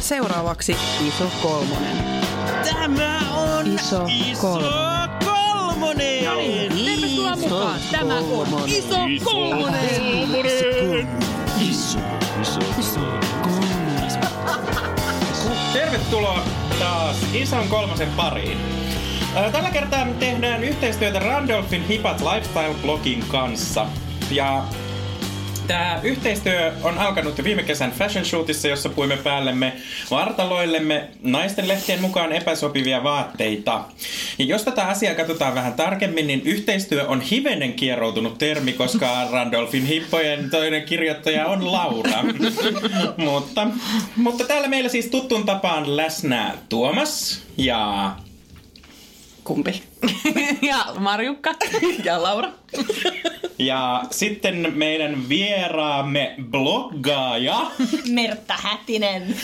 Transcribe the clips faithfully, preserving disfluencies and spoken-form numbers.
Seuraavaksi iso kolmonen. Tämä on iso, iso kolmonen. kolmonen. No niin, tervetuloa mukaan. Tämä on iso kolmonen. Iso, iso, iso kolmonen. Tervetuloa taas ison kolmosen pariin. Tällä kertaa tehdään yhteistyötä Randolphin Hipat Lifestyle-blogin kanssa. Ja tämä yhteistyö on alkanut jo viime kesän fashion shootissa, jossa puimme päällemme vartaloillemme naisten lehtien mukaan epäsopivia vaatteita. Ja jos tätä asiaa katsotaan vähän tarkemmin, niin yhteistyö on hivenen kieroutunut termi, koska Randolphin hippojen toinen kirjoittaja on Laura. mutta, mutta täällä meillä siis tuttuun tapaan läsnä Tuomas ja... Kumpi? Ja Marjukka. Ja Laura. Ja sitten meidän vieraamme bloggaaja Mertta Hätinen.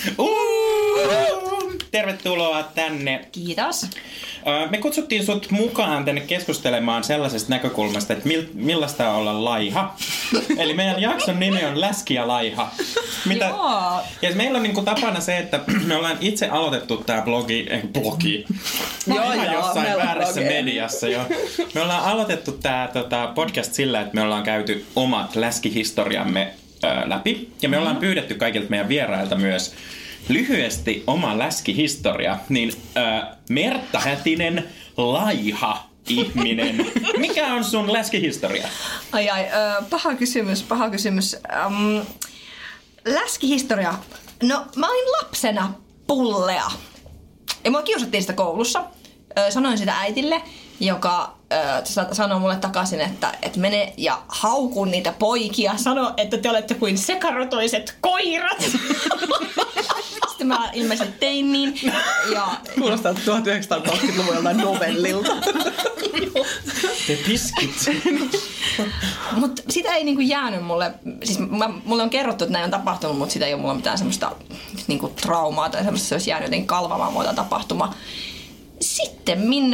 Uh! Tervetuloa tänne. Kiitos. Me kutsuttiin sut mukaan tänne keskustelemaan sellaisesta näkökulmasta, että mil, millaista on olla laiha. Eli meidän jakson nimi on Läski ja laiha. Mitä? Joo. Ja meillä on niinku tapana se, että me ollaan itse aloitettu tää blogi, eh, blogi. Joo, Ihan joo, jossain meillä on väärässä blogeja. mediassa jo. Me ollaan aloitettu tää tota, podcast sillä, että me ollaan käyty omat läskihistoriamme ö, läpi. Ja me ollaan Mm-hmm. pyydetty kaikilta meidän vierailta myös lyhyesti oma läskihistoria. Niin ö, Mertta Hätinen, laiha ihminen. Mikä on sun läskihistoria? Ai ai, ö, paha kysymys, paha kysymys. Um, läskihistoria. No, mä olin lapsena pullea. Ja mua kiusattiin sitä koulussa. Ö, sanoin sitä äitille, joka ö, sanoi mulle takaisin, että et mene ja hauku niitä poikia. Sano, että te olette kuin sekarotoiset koirat. Sitten mä ilmeisesti tein niin. Ja, Kuulostaa tuhatyhdeksänsataakaksikymmentäluvun joltain novellilta. Te piskit. Mutta sitä ei niinku jäänyt mulle, siis mä, mulle on kerrottu, että näin on tapahtunut, mutta sitä ei ole mulla mitään semmoista niinku traumaa tai semmoista, se olisi jäänyt jotenkin kalvamaan muuta tapahtuma. Sitten minne,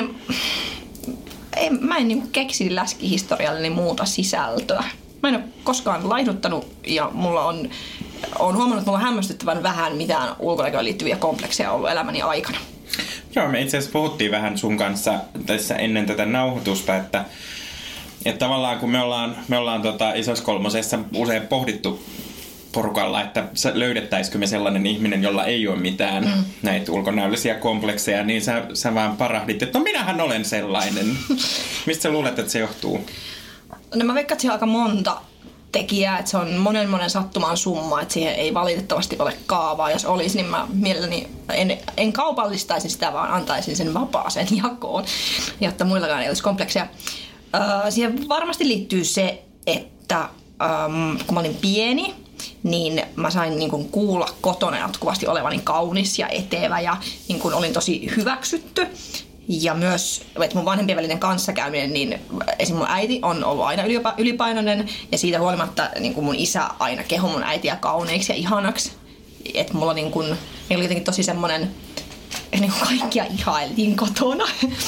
ei, mä en niinku keksi läskihistorialleni muuta sisältöä. Mä en ole koskaan laihduttanut ja mulla on, on huomannut, että mulla on hämmästyttävän vähän mitään ulkonäköön liittyviä komplekseja ollut elämäni aikana. Joo, me itse asiassa puhuttiin vähän sun kanssa tässä ennen tätä nauhoitusta, että, että tavallaan kun me ollaan, me ollaan tota isossa kolmosessa usein pohdittu porukalla, että löydettäisikö me sellainen ihminen, jolla ei ole mitään mm. näitä ulkonäöllisiä komplekseja, niin sä, sä vaan parahdit, että no minähän olen sellainen. Mistä sä luulet, että se johtuu? No mä veikkaan, että siellä on aika monta tekijää, että se on monen monen sattuman summa, että siihen ei valitettavasti ole kaavaa. Jos olisi, niin mä mielelläni en, en kaupallistaisi sitä, vaan antaisin sen vapaaseen jakoon, jotta muillakaan ei olisi komplekseja. Öö, siihen varmasti liittyy se, että ähm, kun mä olin pieni, niin mä sain niin kuin kuulla kotona jatkuvasti olevani kaunis ja etevä ja niin kuin olin tosi hyväksytty. Ja myös, että mun vanhempien välinen kanssakäyminen, niin esimerkiksi mun äiti on ollut aina ylipainoinen ja siitä huolimatta niin kuin mun isä aina kehui mun äitiä kauneiksi ja ihanaksi. Että mulla niin kuin, oli jotenkin tosi semmoinen, niin kuin kaikkia ihailtiin kotona.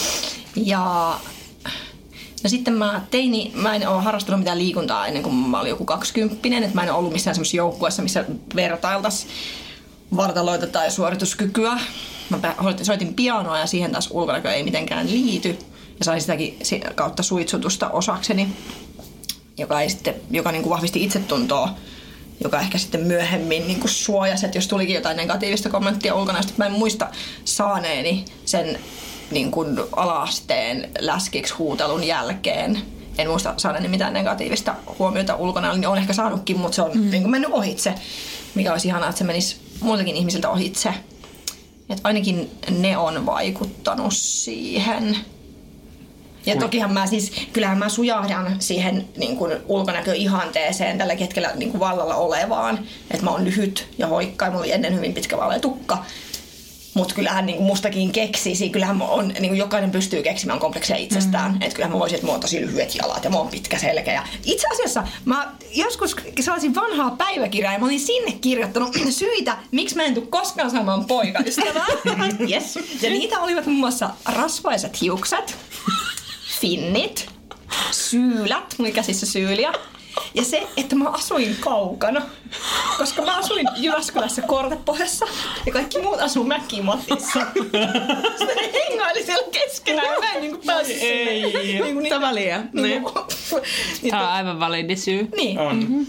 Ja no sitten mä teini, mä en ole harrastanut mitään liikuntaa ennen kuin mä olin joku kaksikymppinen, että mä en ole ollut missään semmoisessa joukkueessa, missä vertailtaisiin vartaloita tai suorituskykyä. Mä soitin pianoa ja siihen taas ulkonäkö ei mitenkään liity. Ja sain sitäkin kautta suitsutusta osakseni, joka, ei sitten, joka niin kuin vahvisti itsetuntoa, joka ehkä sitten myöhemmin niin kuin suojasi, että jos tulikin jotain negatiivista kommenttia ulkonäöstä. Mä en muista saaneeni sen niin kuin ala-asteen läskiksi huutelun jälkeen. En muista saaneeni mitään negatiivista huomiota ulkonäöllä, niin olen ehkä saanutkin, mutta se on mm. niin kuin mennyt ohitse, mikä olisi ihanaa, että se menisi muiltakin ihmisiltä ohitse. Et ainakin ne on vaikuttanut siihen. Ja tokihan mä siis, kyllähän mä sujahdan siihen niin kuin ulkonäköihanteeseen tällä hetkellä niin kuin vallalla olevaan. Että mä oon lyhyt ja hoikka ja mulla oli ennen hyvin pitkä vaalea tukka. Mutta kyllähän niin kuin mustakin keksisi, kyllähän on, niin kuin jokainen pystyy keksimään komplekseja itsestään. Mm. Että kyllähän mä voisin, että mulla on tosi lyhyet jalat ja mulla on pitkä selkä. Ja itse asiassa mä joskus sellaisin vanhaa päiväkirjaa ja mä olin sinne kirjoittanut syitä, miksi mä en tule koskaan saamaan poikaystävää. Yes. Ja niitä olivat muun muassa rasvaiset hiukset, finnit, syylät, mulla oli käsissä syyliä, Ja se, että mä asuin kaukana, koska mä asuin Jyväskylässä Kortepohjassa ja kaikki muut asuu Mäkimatissa. Sitten ne hengaili siellä keskenään ja mä en niinku päässyt sinne. Ei, niinku tämä väliä. Niinku, Tämä on aivan validi syy. niin, On. mm-hmm.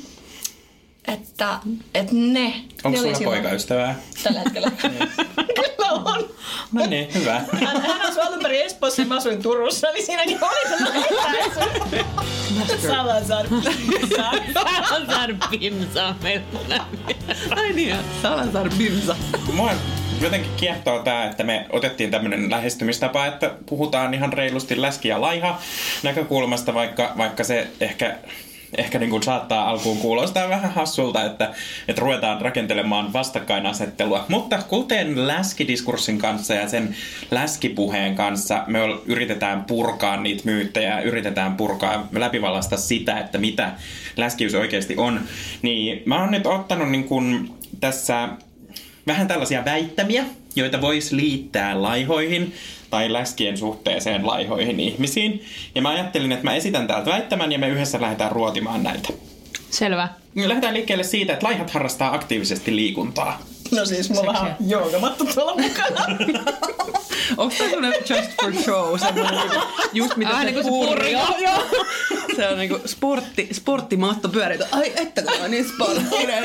että, että ne... Onko ne oli sulla silloin- poikaystävää? Tällä hetkellä. Kyllä on. No niin, hyvä. Hän, hän asui alun perin Espoossa ja mä asuin Turussa, eli siinäkin oli sellainen etäisyys. Salazar. Salazar Bimsa on meillä. Ai niin, Salazar Bimsa. Mua jotenkin kiehtoo tää, että me otettiin tämmönen lähestymistapa, että puhutaan ihan reilusti läski ja laiha näkökulmasta, vaikka, vaikka se ehkä... Ehkä niin kuin saattaa alkuun kuulostaa vähän hassulta, että, että ruvetaan rakentelemaan vastakkainasettelua. Mutta kuten läskidiskurssin kanssa ja sen läskipuheen kanssa me yritetään purkaa niitä myyttejä, yritetään purkaa läpivalasta sitä, että mitä läskiys oikeasti on, niin mä oon nyt ottanut niin kuin tässä vähän tällaisia väittämiä, joita voisi liittää laihoihin tai läskien suhteeseen laihoihin ihmisiin. Ja mä ajattelin, että mä esitän täältä väittämän ja me yhdessä lähdetään ruotimaan näitä. Selvä. Lähdetään liikkeelle siitä, että laihat harrastaa aktiivisesti liikuntaa. No siis mulla on joogamattu tuolla mukana. Onko tämä semmoinen just for show? Semmoinen niinku, just mitä Vähän se niinku se purjo. purjo. Se on niinku sportti, sporttimatto pyörii. Ai että kun on niin sporttinen.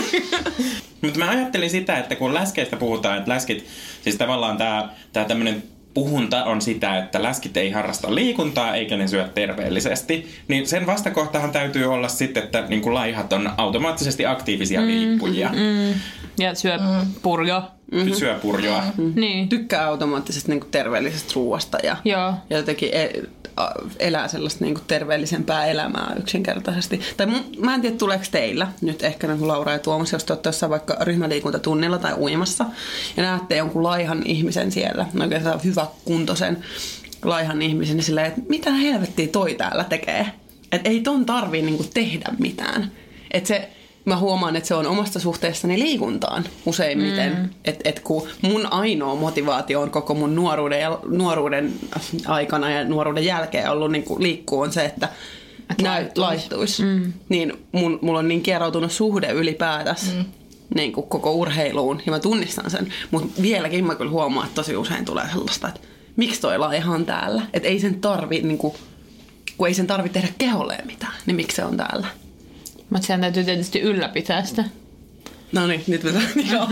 Mutta mä ajattelin sitä, että kun läskeistä puhutaan, että läskit, siis tavallaan tää, tää tämmönen puhunta on sitä, että läskit ei harrasta liikuntaa eikä ne syö terveellisesti, niin sen vastakohtahan täytyy olla sitten, että niin kuin laihat on automaattisesti aktiivisia mm, liikkujia. Mm, Ja syö mm. purjo. mm. Syö purjoa. Mm. Niin. Tykkää automaattisesti niinku terveellisestä ruoasta ja, Joo. ja jotenkin e- elää sellaista niinku terveellisempää elämää yksinkertaisesti. Tai mun, mä en tiedä, tuleeko teillä nyt ehkä niin kuin Laura ja Tuomas, jos te olette jossain vaikka ryhmäliikuntatunnilla tai uimassa ja näette jonkun laihan ihmisen siellä, oikeastaan hyväkuntoisen laihan ihmisen, niin silleen, että mitä helvettiä toi täällä tekee? Että ei ton tarvii niinku tehdä mitään. Että se... Mä huomaan, että se on omasta suhteestani liikuntaan useimmiten. Mm. Että et kun mun ainoa motivaatio on koko mun nuoruuden, ja, nuoruuden aikana ja nuoruuden jälkeen ollut niin kuin liikkuu on se, että Et näy, laittuisi. Mm. Niin mun, mulla on niin kieroutunut suhde ylipäätänsä mm. niin kuin koko urheiluun. Ja mä tunnistan sen. Mutta vieläkin mä kyllä huomaan, että tosi usein tulee sellaista, että miksi toi laiha on täällä? Että ei sen tarvi, niin kuin, kun ei sen tarvi tehdä keholleen mitään, niin miksi se on täällä? Mutta sehän täytyy tietysti ylläpitää sitä. No niin, nyt pitää. Joo.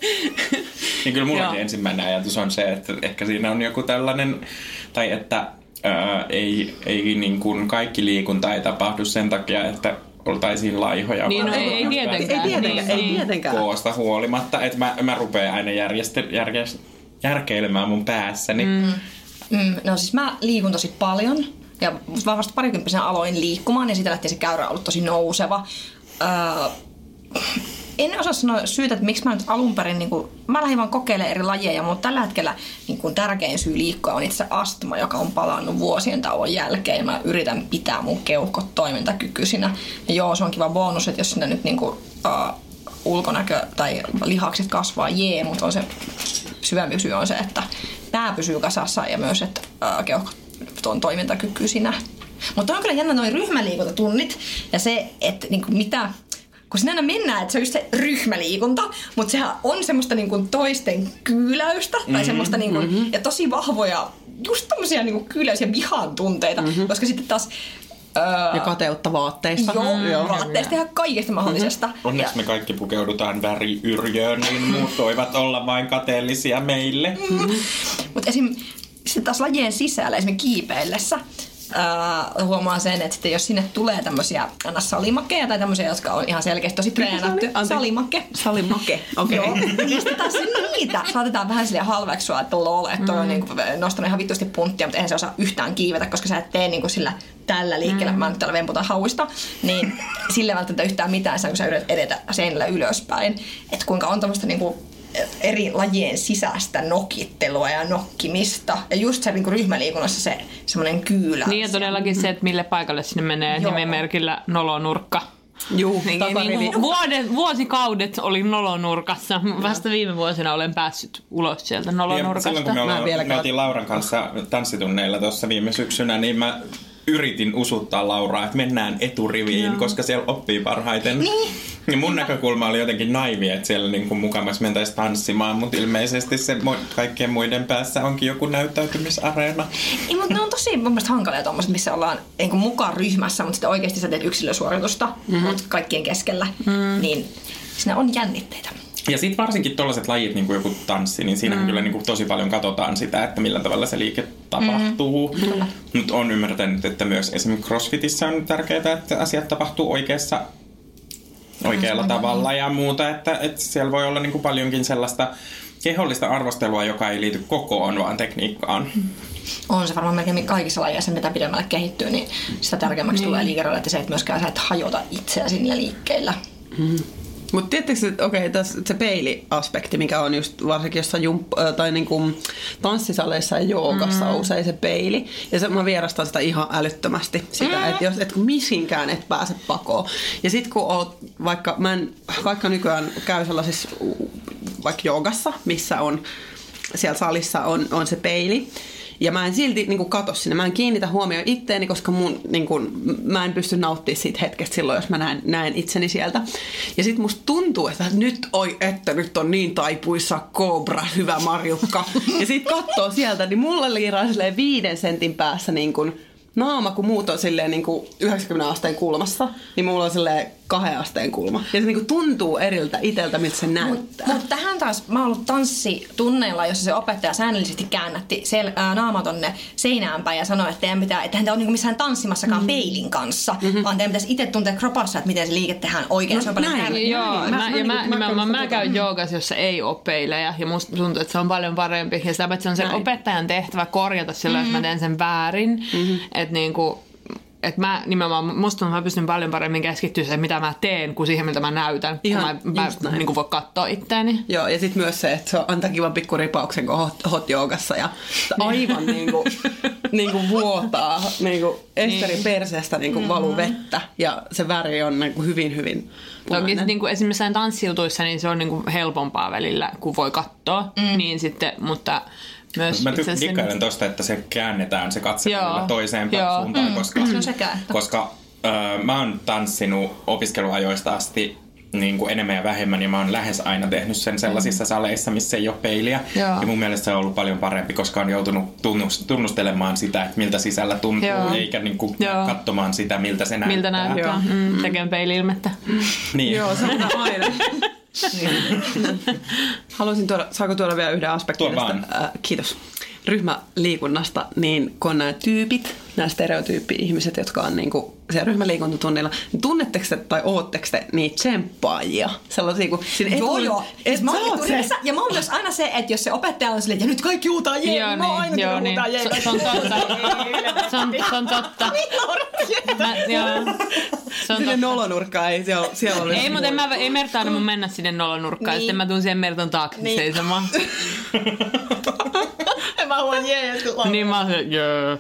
Niin kyllä mullakin ensimmäinen ajatus on se, että ehkä siinä on joku tällainen, tai että ää, ei, ei niin kuin kaikki liikunta ei tapahdu sen takia, että oltaisiin laihoja. Niin, no, ei, ei tietenkään. Ei tietenkään, ei tietenkään. Koosta huolimatta, että mä, mä rupean aina järjeste, järjest, järkeilemään mun päässäni. Mm. Mm, no siis mä liikun tosi paljon. Ja vasta parikymppisenä aloin liikkumaan ja siitä lähtien se käyrä on ollut tosi nouseva. Öö, en osaa sanoa syytä, että miksi mä nyt alun perin, niin kuin, mä lähdin vaan kokeilemaan eri lajeja, mutta tällä hetkellä niin kuin, tärkein syy liikkua on itse astma, joka on palannut vuosien tauon jälkeen ja mä yritän pitää mun keuhkot toimintakykyisinä. Ja joo, se on kiva bonus, että jos sinne nyt niin kuin, uh, ulkonäkö tai lihakset kasvaa, jee, mutta on se syvempi syy on se, että pää pysyy kasassa ja myös, että uh, keuhkot on toimintakykyisinä. Mutta on kyllä jännä noi ryhmäliikuntatunnit ja se, että niinku mitä, kun sinä aina mennään, että se on just se ryhmäliikunta, mutta sehän on semmoista niinku toisten kyyläystä tai mm-hmm, semmoista niinku, mm-hmm. ja tosi vahvoja, just tommosia niinku kyyläysiä vihan tunteita, mm-hmm. koska sitten taas Öö, ja kateutta vaatteista. Joo, joo. Vaatteista ja kaikesta mahdollisesta. Mm-hmm. Onneksi me kaikki pukeudutaan väriyrjöön, niin muut voivat olla vain kateellisia meille. Mm-hmm. Mutta esim. Sitten taas lajien sisällä, esimerkiksi kiipeillessä, äh, huomaa sen, että sitten jos sinne tulee tämmöisiä salimakkeja tai tämmöisiä, jotka on ihan selkeästi tosi treenattu. Salimakke. Salimakke, okei. Okay. Joo. Ja sitten taas niitä saatetaan vähän silleen halveksua, että lol, että toi on niinku nostanut ihan vittusti punttia, mutta eihän se osaa yhtään kiivetä, koska sä et tee niinku sillä tällä liikkeellä, mm. mä nyt täällä vemputan hauista, niin sille välttämättä yhtään mitään, kun sä yrität edetä seinällä ylöspäin. Että kuinka on tämmöistä niinku eri lajien sisäistä nokittelua ja nokkimista. Ja just se niin kuin ryhmäliikunnassa se semmoinen kyylä. Niin ja todellakin se, että mille paikalle sinne menee nimenmerkillä nolonurkka. Juu, niin, niin, vuoden, vuosikaudet olin nolonurkassa. Vasta viime vuosina olen päässyt ulos sieltä nolonurkasta. Silloin kun me, ollaan, me oltiin Lauran kanssa tanssitunneilla tuossa viime syksynä, niin mä yritin usuttaa Lauraa, että mennään eturiviin, Joo. koska siellä oppii parhaiten. Niin. Ja mun näkökulma oli jotenkin naivi, että siellä niin mukamas mentäisiin tanssimaan, mutta ilmeisesti se kaikkien muiden päässä onkin joku näyttäytymisareena. Ei, mutta ne on tosi mun mielestä hankalia tommoset, missä ollaan niin kuin mukaan ryhmässä, mutta sitten oikeasti sä teet yksilösuoritusta mm-hmm. kaikkien keskellä, mm. niin siinä on jännitteitä. Ja sitten varsinkin tollaiset lajit, niin kuin joku tanssi, niin siinähän mm. kyllä niin kuin tosi paljon katsotaan sitä, että millä tavalla se liike tapahtuu. Mm. Mutta on ymmärtänyt, että myös esimerkiksi CrossFitissä on tärkeää, että asiat tapahtuu oikeassa, oikealla tavalla ja muuta. Että, että siellä voi olla niin kuin paljonkin sellaista kehollista arvostelua, joka ei liity kokoon, vaan tekniikkaan. On se varmaan melkein kaikissa lajeissa, mitä pidemmälle kehittyy, niin sitä tärkeämmäksi mm. tulee liikeroilla, että se, että myöskään sä et hajota itseäsi niillä liikkeillä. Mm. Mutta tietysti, että okei, tässä se peiliaspekti, mikä on just varsinkin jossain jump- tai niinku tanssisaleissa ja joogassa mm. usein se peili. Ja se, mä vierastan sitä ihan älyttömästi, sitä, mm. että jos et kun mihinkään et pääse pakoon. Ja sit kun oot, vaikka mä en, vaikka nykyään käy sellaisissa vaikka joogassa, missä on, siellä salissa on, on se peili. Ja mä en silti niin kuin katso sinne. Mä en kiinnitä huomioon itteeni, koska mun, niin kuin, mä en pysty nauttimaan siitä hetkestä silloin, jos mä näen, näen itseni sieltä. Ja sit musta tuntuu, että nyt, oi, että nyt on niin taipuissa kobra, hyvä Marjukka. Ja sit katsoo sieltä, niin mulla liiraa silleen viiden sentin päässä niin kuin naama, kun muut on silleen niin kuin yhdeksänkymmentä asteen kulmassa, niin mulla on silleen kahden asteen kulma. Ja se niin kuin tuntuu eriltä iteltä, miltä se näyttää. Mutta mut tähän taas, mä oon ollut tanssitunneilla, jossa se opettaja säännöllisesti käännätti sel, ää, naama tonne seinään päin ja sanoi, että teidän pitää, että hän te ole niinku missään tanssimassakaan mm-hmm. peilin kanssa, mm-hmm. vaan teidän pitäisi itse tuntea kropassa, että miten se liike tehdään oikein. No, se on paljon näin, joo, mä, mä, ja mä, mä, mä, mä käyn joogassa, jossa ei ole peilejä, ja musta tuntuu, että se on paljon parempi. Ja sitä, että se on sen näin. Opettajan tehtävä korjata silloin, mm-hmm. jos mä teen sen väärin. Mm-hmm. Että niinku, että mä nimenomaan, musta tuntuu, että mä pystyn paljon paremmin keskittyä siihen, mitä mä teen, kuin siihen, mitä mä näytän. Ihan, kun mä, mä niin kuin voi katsoa itteeni. Joo, ja sitten myös se, että se antaa kivan pikku ripauksen, kun hot, hot joogassa ja aivan niin kuin, niin kuin vuotaa, niin kuin Esterin perseestä niin kuin valuu vettä ja se väri on niin kuin hyvin, hyvin punainen. Toki niin kuin esimerkiksi tanssijutuissa, niin se on niin kuin helpompaa välillä, kun voi katsoa, mm. niin sitten, mutta myös mä dikkailen tosta, että se käännetään se katse toiseen suuntaan, mm. koska, mm. koska äh, mä oon tanssinut opiskeluajoista asti niin kuin enemmän ja vähemmän, ja mä oon lähes aina tehnyt sen sellaisissa saleissa, missä ei ole peiliä. Joo. Ja mun mielestä se on ollut paljon parempi, koska on joutunut tunnustelemaan sitä, että miltä sisällä tuntuu, Joo. eikä niin kuin katsomaan sitä, miltä se näyttää. Miltä näyttää, mm. tekee peili-ilmettä. Niin. Joo, se on aina. Haluaisin tuoda, saako tuoda vielä yhden aspektin tästä? Äh, kiitos. Ryhmäliikunnasta, niin kun on nämä tyypit, nämä stereotyyppi-ihmiset, jotka on niinku siellä ryhmäliikuntatunnilla, niin tunnetteko te tai ootteko te niitä tsemppaajia? Sellaisia kuin siinä joo, joo. Et mä oon se. Ja mä oon myös aina se, että jos se opettaja on silleen, että nyt kaikki huutaa jee, joo, mä oon aina joo, niin, huutaa jee. Se on totta. Se on, se on totta. Mä, joo. Se on sinne nolonurkkaan ei siellä, siellä ole. Ei, mutta en mä, ei Merta aina mun mennä sinne nolonurkkaan, niin. Sitten mä tuun siihen Mertan taakse niin. seisomaan. Mä huon jee ja sitten niin mä oon se, jee.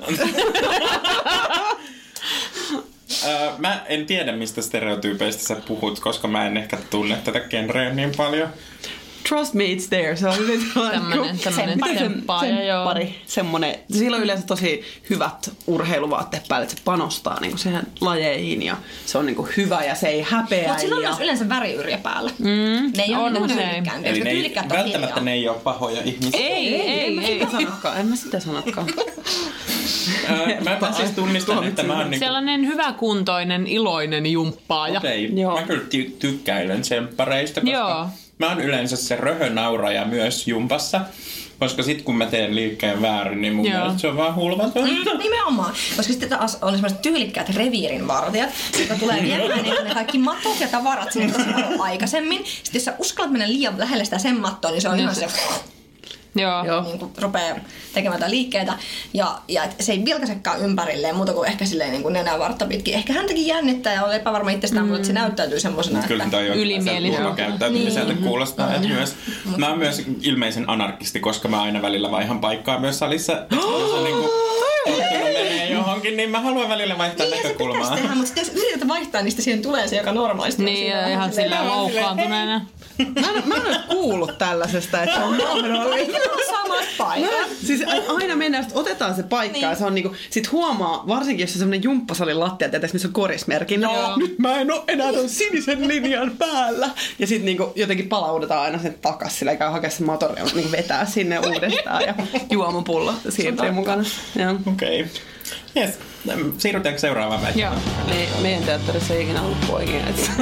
Mä en tiedä, mistä stereotyypeistä sä puhut, koska mä en ehkä tunne tätä genreä niin paljon. Trust me, it's there. Se on hyvin tämmönen, tämmönen tsemppaaja, joo. Semmonen, sillä on yleensä tosi hyvät urheiluvaatteet päälle, että se panostaa niinku siihen lajeihin ja se on niinku hyvä ja se ei häpeä. Mutta sillä on ja myös yleensä väriyriä päällä. Mm, ne ei ole tyylikkään. Eli ne ei, välttämättä ne ei ole pahoja ihmisiä. Ei, ei, ei. En mä sitä sanotkaan. En mä sitä sanotkaan. Mä, mä siis tunnistan, että mä oon niinku sellainen hyväkuntoinen, iloinen jumppaaja. Okei, okay. Mä kyllä ty- tykkäilen tsemppareista, koska joo. Mä oon yleensä se röhönauraja myös jumpassa. Koska sit kun mä teen liikkeen väärin, niin mun mielestä se on vaan hulvaton. Mm, nimenomaan. Koska sitten taas on semmoiset tyylikkäät reviirinvartijat, jotka tulee viemään ne kaikki matot ja tavarat sinne tosi paljon aikaisemmin. Sitten jos sä uskallat mennä liian lähelle sitä sen mattoa, niin se on ihan se Joo. Niin kuin rupeaa tekemään jotain liikkeitä. Ja, ja se ei vilkaisekaan ympärilleen muuta kuin ehkä silleen niin kuin nenävartta pitkin. Ehkä häntäkin jännittää ja on epävarma itsestään, mm. mutta se näyttäytyy semmoisena, että kyllä toi ylimielinen käyttäytymiseltä niin. kuulostaa. Mm. Että myös, mä oon myös ilmeisen anarkisti, koska mä aina välillä vaihan paikkaa myös salissa. Jos on niinku menee johonkin, niin mä haluan välillä vaihtaa niin, näkökulmaa. Niin, se tehdä, mutta sitten jos yritetään vaihtaa, niin siihen tulee se, joka normaalisti niin, ja ihan silleen loukkaantuneena. Mä en, mä en ole kuullut tällaisesta, että se on mahdollista. Samat paikat. Siis aina mennään, että otetaan se paikka niin. Ja se on niinku, sit huomaa, varsinkin jos on semmonen jumppasalin lattia, tietysti missä on korismerkin, no. Nyt mä en oo enää ton sinisen linjan päällä. Ja sit niinku jotenkin palaudetaan aina sen takas, sillä käy hakea sen motoria, niinku vetää sinne uudestaan ja juomapullo siirtyy mukana. Okei. Okay. Jes, siirrytäänkö seuraavaan väittämään? Me, meidän teatterissa ei ikinä ollut poikia.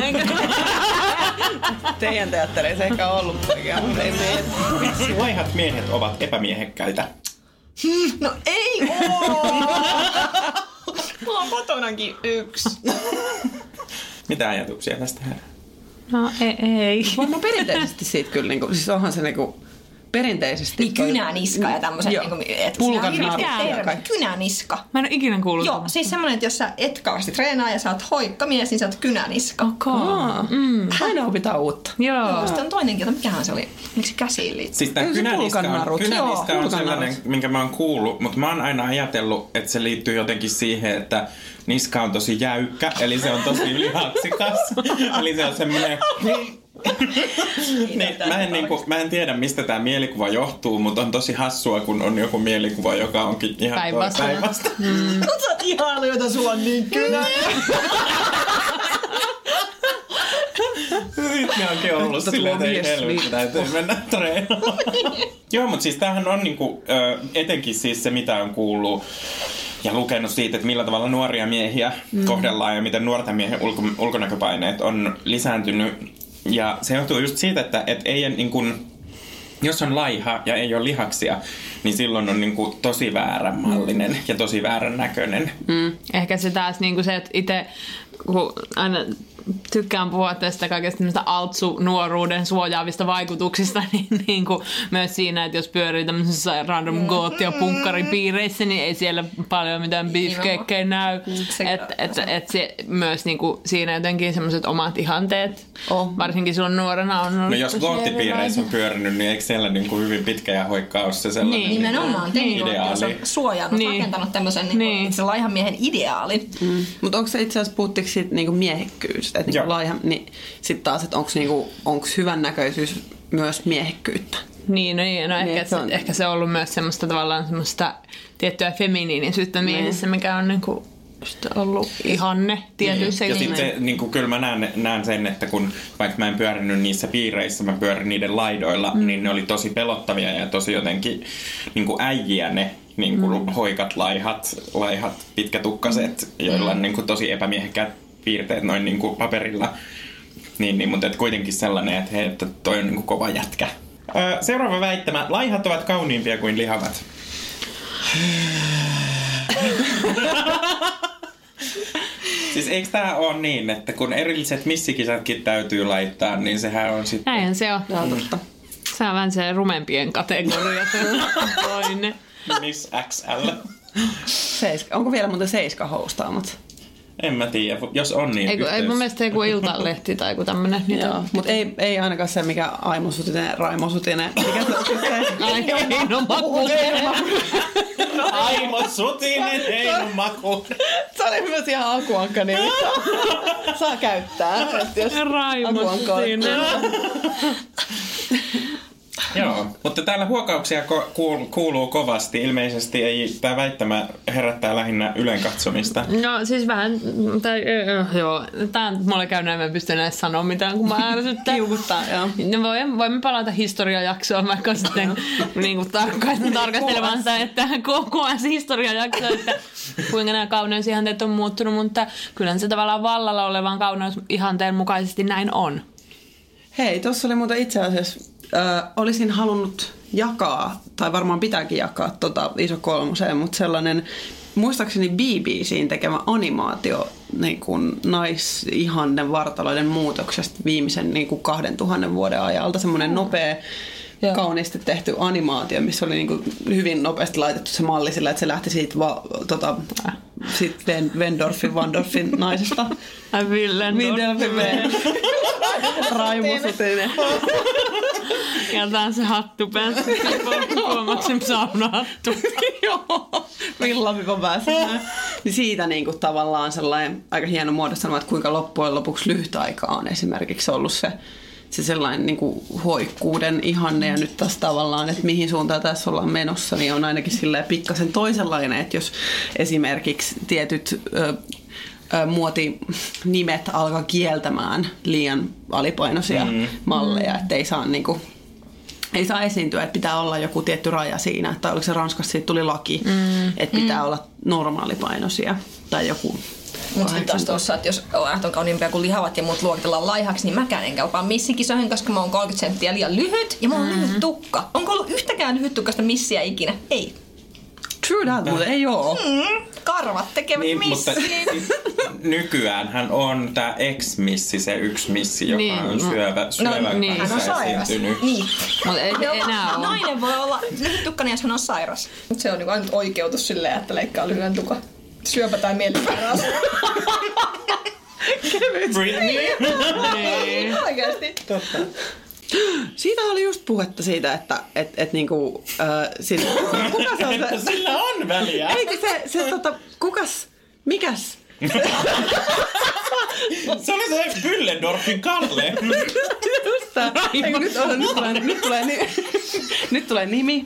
Teidän teattereissa ei ehkä ollut poikia, mutta ei meidän. Miksi laihat miehet ovat epämiehekkäitä? No ei oo! Mulla on kotonakin yksi. Mitä ajatuksia tästä herää? No ei. ei. Varmaan perinteisesti siitä kyllä, niin kuin, siis onhan se niinku perinteisesti. Niin kynäniska ja tämmöset. Niin pulkannaru. Kynäniska. Mä en ole ikinä kuullut. Joo, siis semmonen, että jos sä et kauheasti treenaa ja sä oot hoikkamies, niin sä oot kynäniska. Okay. Mm. Aina opitaan uutta. Joo. Sitten on toinenkin, että mikähän se oli? Miksi käsiin liittyy? Siis tää kynäniska on, kynäniska on sellainen, minkä mä oon kuullut, mutta mä oon aina ajatellut, että se liittyy jotenkin siihen, että niska on tosi jäykkä, eli se on tosi lihaksikas. Eli se on semmoinen... niin, mä, en, niinku, mä en tiedä, mistä tämä mielikuva johtuu, mutta on tosi hassua, kun on joku mielikuva, joka onkin ihan päinvasta. päinvasta. Mm. Sä oot ihana, jota sulla on niin kynä. Sitten ne onkin ollut silleen, että ei helvetti, täytyy mennä treenaamaan. Joo, mutta siis tämähän on niinku, etenkin siis se, mitä on kuullut ja lukenut siitä, että millä tavalla nuoria miehiä mm. kohdellaan ja miten nuorten miehen ulko, ulkonäköpaineet on lisääntynyt. Ja se johtuu just siitä, että et ei, niin kun, jos on laiha ja ei ole lihaksia, niin silloin on niin kun, tosi väärän mallinen mm. ja tosi väärän näköinen. Mm. Ehkä se taas niin se, että itse kun aina tykkään puhua tästä kaikesta altsu-nuoruuden suojaavista vaikutuksista, niin, niin kuin myös siinä, että jos pyörii tämmöisessä random goth- ja punkkaripiireissä, niin ei siellä paljon mitään beefcakea näy. Että et, et se myös niin kuin siinä jotenkin semmoiset omat ihanteet, oh. varsinkin silloin nuorena on ollut. No jos goottipiireissä on pyörinyt, niin eikö siellä niin kuin hyvin pitkä ja hoikka ole se sellainen niin, nimenomaan niin, ideaali? Se on suojannut, niin. rakentanut tämmöisen niin. Niin, se laihan miehen ideaalin. Mm. Mutta onko se itse asiassa, puhuttiinko siitä niin miehekkyys? Että niinku laiha, niin sitten taas, että onko niinku, hyvännäköisyys myös miehekkyyttä? Niin, no, niin, no niin, ehkä, se on, ehkä se on ollut myös semmoista tavallaan semmoista tiettyä feminiinisyyttä miehessä, mikä on niinku ollut ihanne tietyissä. Ja sitten se, niinku, kyllä mä näen, näen sen, että kun vaikka mä en pyörinyt niissä piireissä, mä pyörin niiden laidoilla, mm. niin ne oli tosi pelottavia ja tosi jotenkin niinku äijiä ne. Niinku mm. hoikat, laihat, laihat, pitkätukkaset, mm. joilla on niinku tosi epämiehekkäät piirteet noin niinku paperilla. Niin, niin, mutta et kuitenkin sellainen, että, hei, että toi on niinku kova jätkä. Öö, seuraava väittämä. Laihat ovat kauniimpia kuin lihavat. Siis eikö tää ole niin, että kun erilliset missikisatkin täytyy laittaa, niin sehän on sitten... Näinhän se on. Mm. Se on vähän se rumempien kategoria. Toinen. Miss X L. Seiska. Onko vielä muuten seiska hostaamat? En mä tiedä. Jos on, niin Eiku, ei mun mielestä joku Iltalehti tai joku tämmönen. Joo, mutta ei, ei ainakaan se, mikä Aimo Sutinen, Raimo Sutinen. Mikä se on se? Eino Makunen. Aimo Sutinen, Eino Makunen. Se oli myös ihan Akuankka nimi. Saa käyttää. Raimo Sutinen. Joo, mutta täällä huokauksia ko- kuuluu kovasti. Ilmeisesti ei tämä väittämä herättää lähinnä ylen katsomista. No siis vähän, tai äh, joo, tää mulle käy näin, mä en pysty enää sanoa mitään, kun mä ärsyttää. Kiukuttaa, joo. No voimme, voimme palata historiajaksoon vaikka sitten niin kuin tarkka- tarkastelemaan sitä, että koko ajan historiajakso, että kuinka nämä kauneusihanteet on muuttunut, mutta kyllä se tavallaan vallalla olevan kauneusihanteen mukaisesti näin on. Hei, tossa oli muuten itse asiassa... Ö, olisin halunnut jakaa, tai varmaan pitääkin jakaa tota Iso kolmoseen, mutta sellainen, muistaakseni B B C:n tekemä animaatio niin kuin naisihannen vartaloiden muutoksesta viimeisen niin kuin kahden tuhannen vuoden ajalta, semmoinen nopea, Joo. kauniisti tehty animaatio, missä oli niin kuin hyvin nopeasti laitettu se malli sillä, että se lähti siitä, va, tota, siitä Wendorfin, Wandorfin naisesta. Willendorfin. Raimo Sutinen. Ja tää on se hattu päässä. Kuomaksen saunahattu. Joo. Villapipon päässä. Niin siitä niinku tavallaan sellainen aika hieno muodostelma, että kuinka loppujen lopuksi lyhyt aika on esimerkiksi ollut se se sellainen niin kuin hoikkuuden ihanne ja nyt taas tavallaan, että mihin suuntaan tässä ollaan menossa, niin on ainakin silleen pikkasen toisenlainen, että jos esimerkiksi tietyt ö, ö, muotinimet alkaa kieltämään liian alipainoisia mm. malleja, että ei saa niin kuin, ei saa esiintyä, että pitää olla joku tietty raja siinä, tai oliko se Ranskassa, siitä tuli laki, mm. että pitää mm. olla normaalipainoisia tai joku. Mutta sitten taas tuossa, että jos ajat on kauniimpia kuin lihavat ja muut luokitellaan laihaksi, niin mäkään en kelpaa missikisoihin, koska mä oon kolmekymmentä senttiä liian lyhyt ja mulla on mm-hmm. lyhyt tukka. Onko ollut yhtäkään lyhyttukkasta missiä ikinä? Ei. True that, mutta ei oo. Mm, karvat tekevät niin, missiin. Mutta nykyäänhän on tää ex-missi, se yksi missi, joka niin. on syövä, syövän no, niin. kanssa hän on sairas. esiintynyt. Niin. Mutta ei no, enää ole. Nainen voi olla lyhyttukkainen, jos hän on sairas. Mutta se on niinku ainut oikeutus silleen, että leikkaa lyhyen tukan. Syöpä tai mielisairaus. Niin. Oikeasti. Totta. Siitä oli just puhetta siitä, että et, et niinku, äh, sit, kuka se on se? Sillä on väliä. Eikö se, se tota, kukas, mikäs? Se oli se Büllendorfin Kalle. Just tää. Eikö, nyt, on, nyt, tulee, nyt, tulee, nyt tulee nimi.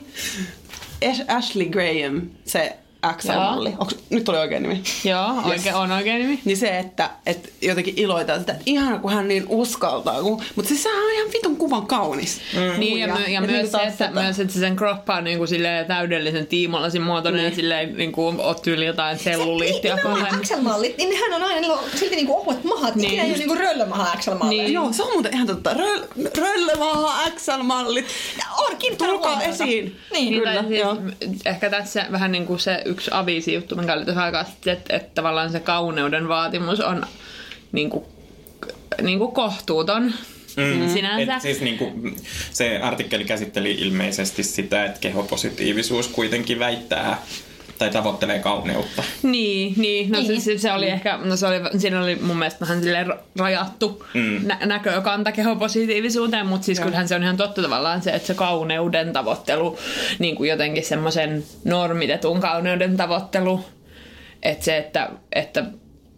Ashley Graham, se X L-malli. Onks, nyt tuli oikein nimi. Joo, oikein, yes. On oikein nimi. Niin se, että, että jotenkin iloitaan sitä, että ihana kun hän niin uskaltaa. Kun, mutta siis sehän on ihan vitun kuvan kaunis. Mm. Niin ja, my, ja myös, niin se, että, myös, että se sen kroppa on niin kuin täydellisen tiimolasin muotoinen niin. Ja silleen niin kuin oot tyyli jotain selluliittia. Niin, nämä X L-mallit, niin nehän on aina silti niin kuin ohuet mahat. Niin. Ikinä ei ole niin kuin röllömaha X L-malleja. Niin. Joo, se on muuten ihan totta. Röl, röllömaha X L-mallit. On kiinnittänyt tulkaa esiin. Niin, niin kyllä. Siis, ehkä tässä vähän niin kuin se yksi avisi juttu, minkä oli tässä aikaa sitten, että, että tavallaan se kauneuden vaatimus on niin kuin, niin kuin kohtuuton mm. sinänsä. Et siis niin kuin, se artikkeli käsitteli ilmeisesti sitä, että kehopositiivisuus kuitenkin väittää tai tavoittelee kauneutta. Niin, niin. No niin. Se, se oli ehkä, no se oli, siinä oli mun mielestä vähän silleen rajattu mm. nä- näkökanta kehopositiivisuuteen, mutta siis Joo. kyllähän se on ihan totta tavallaan se, että se kauneuden tavoittelu, niin kuin jotenkin semmoisen normitetun kauneuden tavoittelu, että se, että, että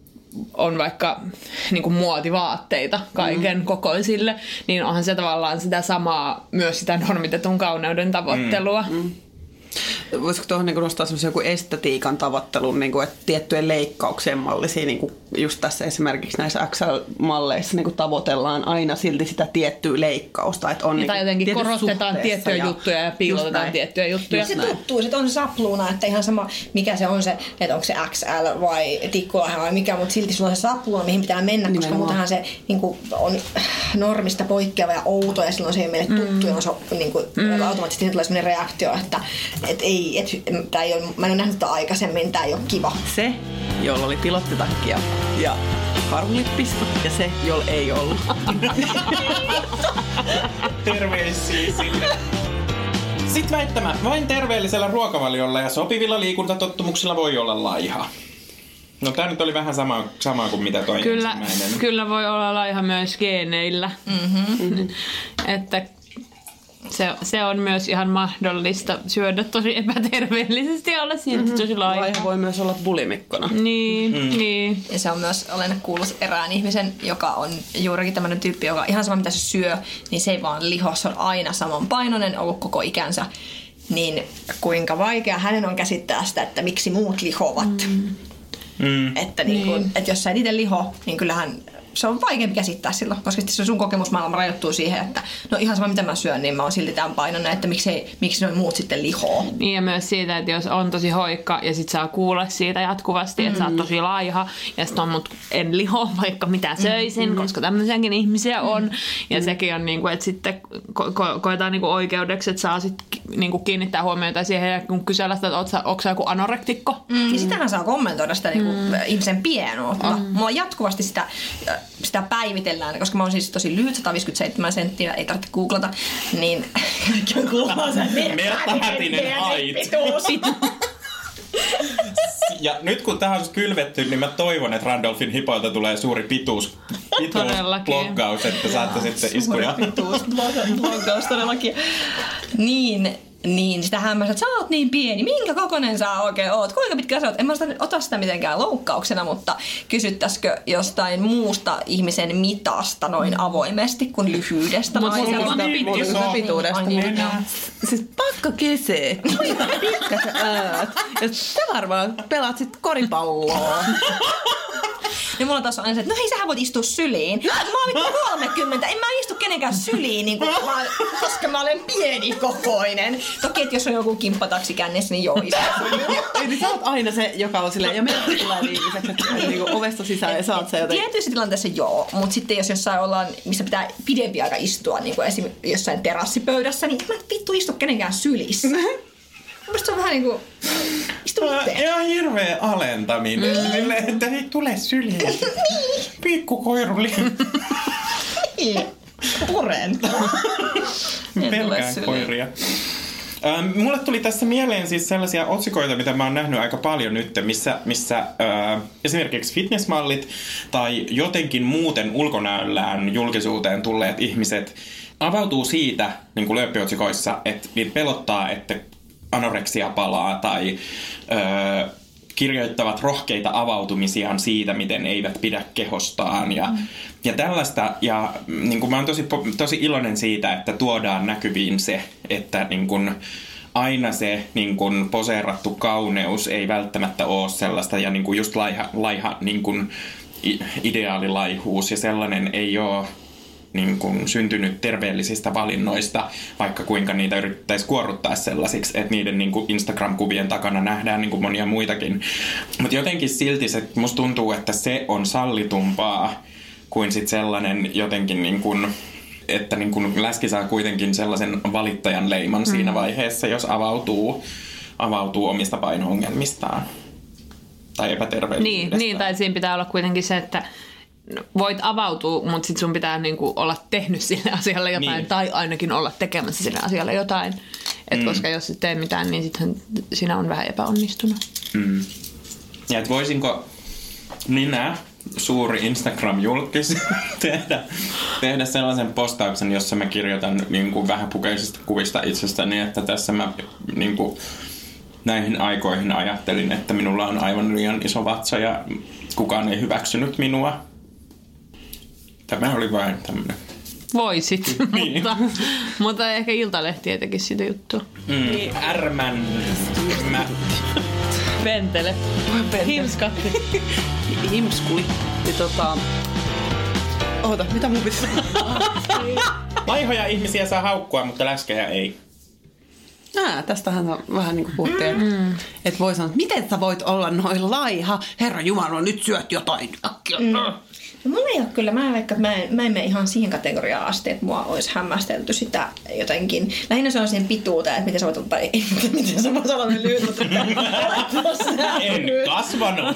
on vaikka niin kuin muotivaatteita kaiken mm. kokoisille, niin onhan se tavallaan sitä samaa, myös sitä normitetun kauneuden tavoittelua. Mm. Mm. Voisiko tuohon niin nostaa semmoisen joku estetiikan tavoittelun, niin kuin, että tiettyjen leikkauksien mallisia, niin kuin just tässä esimerkiksi näissä X L-malleissa niin kuin tavoitellaan aina silti sitä tiettyä leikkausta. Että on tai niin jotenkin korostetaan tiettyjä ja juttuja ja piilotetaan tiettyjä juttuja. Se tuttuu, että on se sapluuna, että ihan sama mikä se on se, että onko se X L vai tikkulahan vai mikä, mutta silti sulla on se sapluuna, mihin pitää mennä, koska muutenhan se niin kuin, on normista poikkeava ja outo ja silloin se ei meille tuttu mm. ja on se, niin kuin, mm. automaattisesti tulee sellainen reaktio, että et ei, et, tää ei ole, mä en ole nähnyt tätä aikaisemmin, tää ei ole kiva. Se, jolla oli pilottitakki ja, ja karhulippisto ja se, jolla ei ollut. Terveisiä sinne. Sitten väittämä, vain terveellisellä ruokavaliolla ja sopivilla liikuntatottumuksilla voi olla laiha. No tää nyt oli vähän sama, sama kuin mitä toi kyllä, ensimmäinen. Kyllä voi olla laiha myös geeneillä. Mm-hmm. Mm-hmm. Että se, se on myös ihan mahdollista syödä tosi epäterveellisesti ja olla silti mm-hmm. tosi laiha. Laiha voi myös olla bulimikkona. Niin, mm. niin. Ja se on myös, olen kuullut erään ihmisen, joka on juurikin tämmöinen tyyppi, joka ihan sama mitä se syö, niin se ei vaan liho, se on aina samanpainoinen ollut koko ikänsä. Niin kuinka vaikea hänen on käsittää sitä, että miksi muut lihovat. Mm. Mm. Että, niin kun, niin. että jos sä et itse liho, niin kyllähän se on vaikeampi käsittää silloin, koska se sun kokemusmaailma rajoittuu siihen, että no ihan sama mitä mä syön, niin mä oon silti tämän painoinen, että miksi, miksi noin muut sitten lihoo. Niin ja myös siitä, että jos on tosi hoikka ja sit saa kuulla siitä jatkuvasti, että mm. sä oot tosi laiha ja sit on mut en liho vaikka mitä söisin, mm. koska tämmöisiäkin ihmisiä on. Mm. Ja mm. sekin on niinku, että sitten ko- ko- koetaan niinku oikeudeksi, että saa sit niinku kiinnittää huomiota siihen ja kun kysellä sitä, että oot sä, ootko sä joku anorektikko? Mm. Ja sitähän saa kommentoida sitä niinku mm. ihmisen pienoutta. Mm. Mulla jatkuvasti sitä sitä päivitellään, koska mä oon siis tosi lyhyt, sata viisikymmentäseitsemän senttiä, ei tarvitse googlata, niin kaikki on googlaa sen Merta-Hätinen ait. Ja nyt kun tähän on kylvetty, niin mä toivon, että Randolphin hipoilta tulee suuri pituus, pituusbloggaus, että saatte sitten iskuja. Suuri pituusbloggaus todellakin. Niin, Niin, sitähän mä sanoin, että sä oot niin pieni, minkä kokoinen sä oikein oot, kuinka pitkä sä oot? En mä sitä, ota sitä mitenkään loukkauksena, mutta kysyttäisikö jostain muusta ihmisen mitasta noin avoimesti kuin lyhyydestä? Mut naisella? mulla on Mulla pitkä. on pituudesta. Ai niin, joo. Siis pakko kysyä, kuinka pitkä sä oot? Ja sä varmaan pelaat sit koripalloa. Ja mulla taas on aina se, että no hei, sähän voit istua syliin. Mä oon kolmekymmentä, en mä istu kenenkään syliin, niin kun mä, koska mä olen pienikokoinen. Toki, että jos on joku kimppataksi kännissä, niin joo, istu syliin. Eli sä oot aina se, joka on silleen, ja meillä tulee viimeiseksi, että niinku ovesta sisään ja saat se joten... Tietyissä tilanteessa joo, mutta sitten jos jossain ollaan, missä pitää pidempi aika istua, niin kuin esim. Jossain terassipöydässä, niin mä et vittu istu kenenkään sylissä. Mielestäni se on vähän niinku, istu itse. Ihan hirveä alentaminen. Mm. Silleen, että ei tule syliin. Pikkukoiruli. Niin, puren. Pelkään koiria. Ähm, mulle tuli tässä mieleen siis sellaisia otsikoita, mitä mä oon nähnyt aika paljon nyt, missä, missä äh, esimerkiksi fitnessmallit tai jotenkin muuten ulkonäöllään julkisuuteen tulleet ihmiset avautuu siitä niin kuin lööppiotsikoissa, että niitä pelottaa, että anoreksia palaa tai öö, kirjoittavat rohkeita avautumisiaan siitä, miten eivät pidä kehostaan ja, mm. ja tällaista. Ja niin kuin mä oon tosi, tosi iloinen siitä, että tuodaan näkyviin se, että niin kuin aina se niin kuin poseerattu kauneus ei välttämättä ole sellaista ja niin kuin just laiha, laiha niin kuin ideaalilaihuus ja sellainen ei ole niin kuin syntynyt terveellisistä valinnoista, vaikka kuinka niitä yrittäisi kuorruttaa sellaisiksi, että niiden niin kuin Instagram-kuvien takana nähdään niin kuin monia muitakin. Mutta jotenkin silti se, musta tuntuu, että se on sallitumpaa kuin sit sellainen jotenkin, niin kuin, että niin kuin läski saa kuitenkin sellaisen valittajan leiman mm. siinä vaiheessa, jos avautuu, avautuu omista paino-ongelmistaan tai epäterveellisyydestä. Niin, niin, tai siinä pitää olla kuitenkin se, että voit avautua, mutta sit sun pitää niinku olla tehnyt sille asialle jotain niin. Tai ainakin olla tekemässä sille asialle jotain. Et mm. Koska jos et tee mitään, niin sittenhän sinä on vähän epäonnistunut. Mm. Ja et voisinko minä, suuri Instagram-julkis, tehdä, tehdä sellaisen postauksen, jossa mä kirjoitan niinku vähäpukeisista kuvista itsestäni, että tässä mä niinku näihin aikoihin ajattelin, että minulla on aivan liian iso vatsa ja kukaan ei hyväksynyt minua. Tämä oli vain tämmönen. Voisit, niin. mutta, mutta ehkä Iltalehti ei tekisi sitä juttua. Mm. Ärmän. Mä. Pentele. Himskatti. Himskuli. Ja tota... Oota, mitä mun pitäisi Laihoja ihmisiä saa haukkua, mutta läskejä ei. Ää, tästähän vähän niin kuin puhuttiin, että mm. et voi sanoa, että miten sä voit olla noin laiha? Herra Jumala, nyt syöt jotain. Mm. No mulla ei ole kyllä, mä en, vaikka, mä en, mä en mene ihan siihen kategoriaan asti, että mua olisi hämmästelty sitä jotenkin. Lähinnä se on siihen pituuteen, että miten sä voit olla, tai miten sä voit olla niin lyhyt, mutta en kasvanut.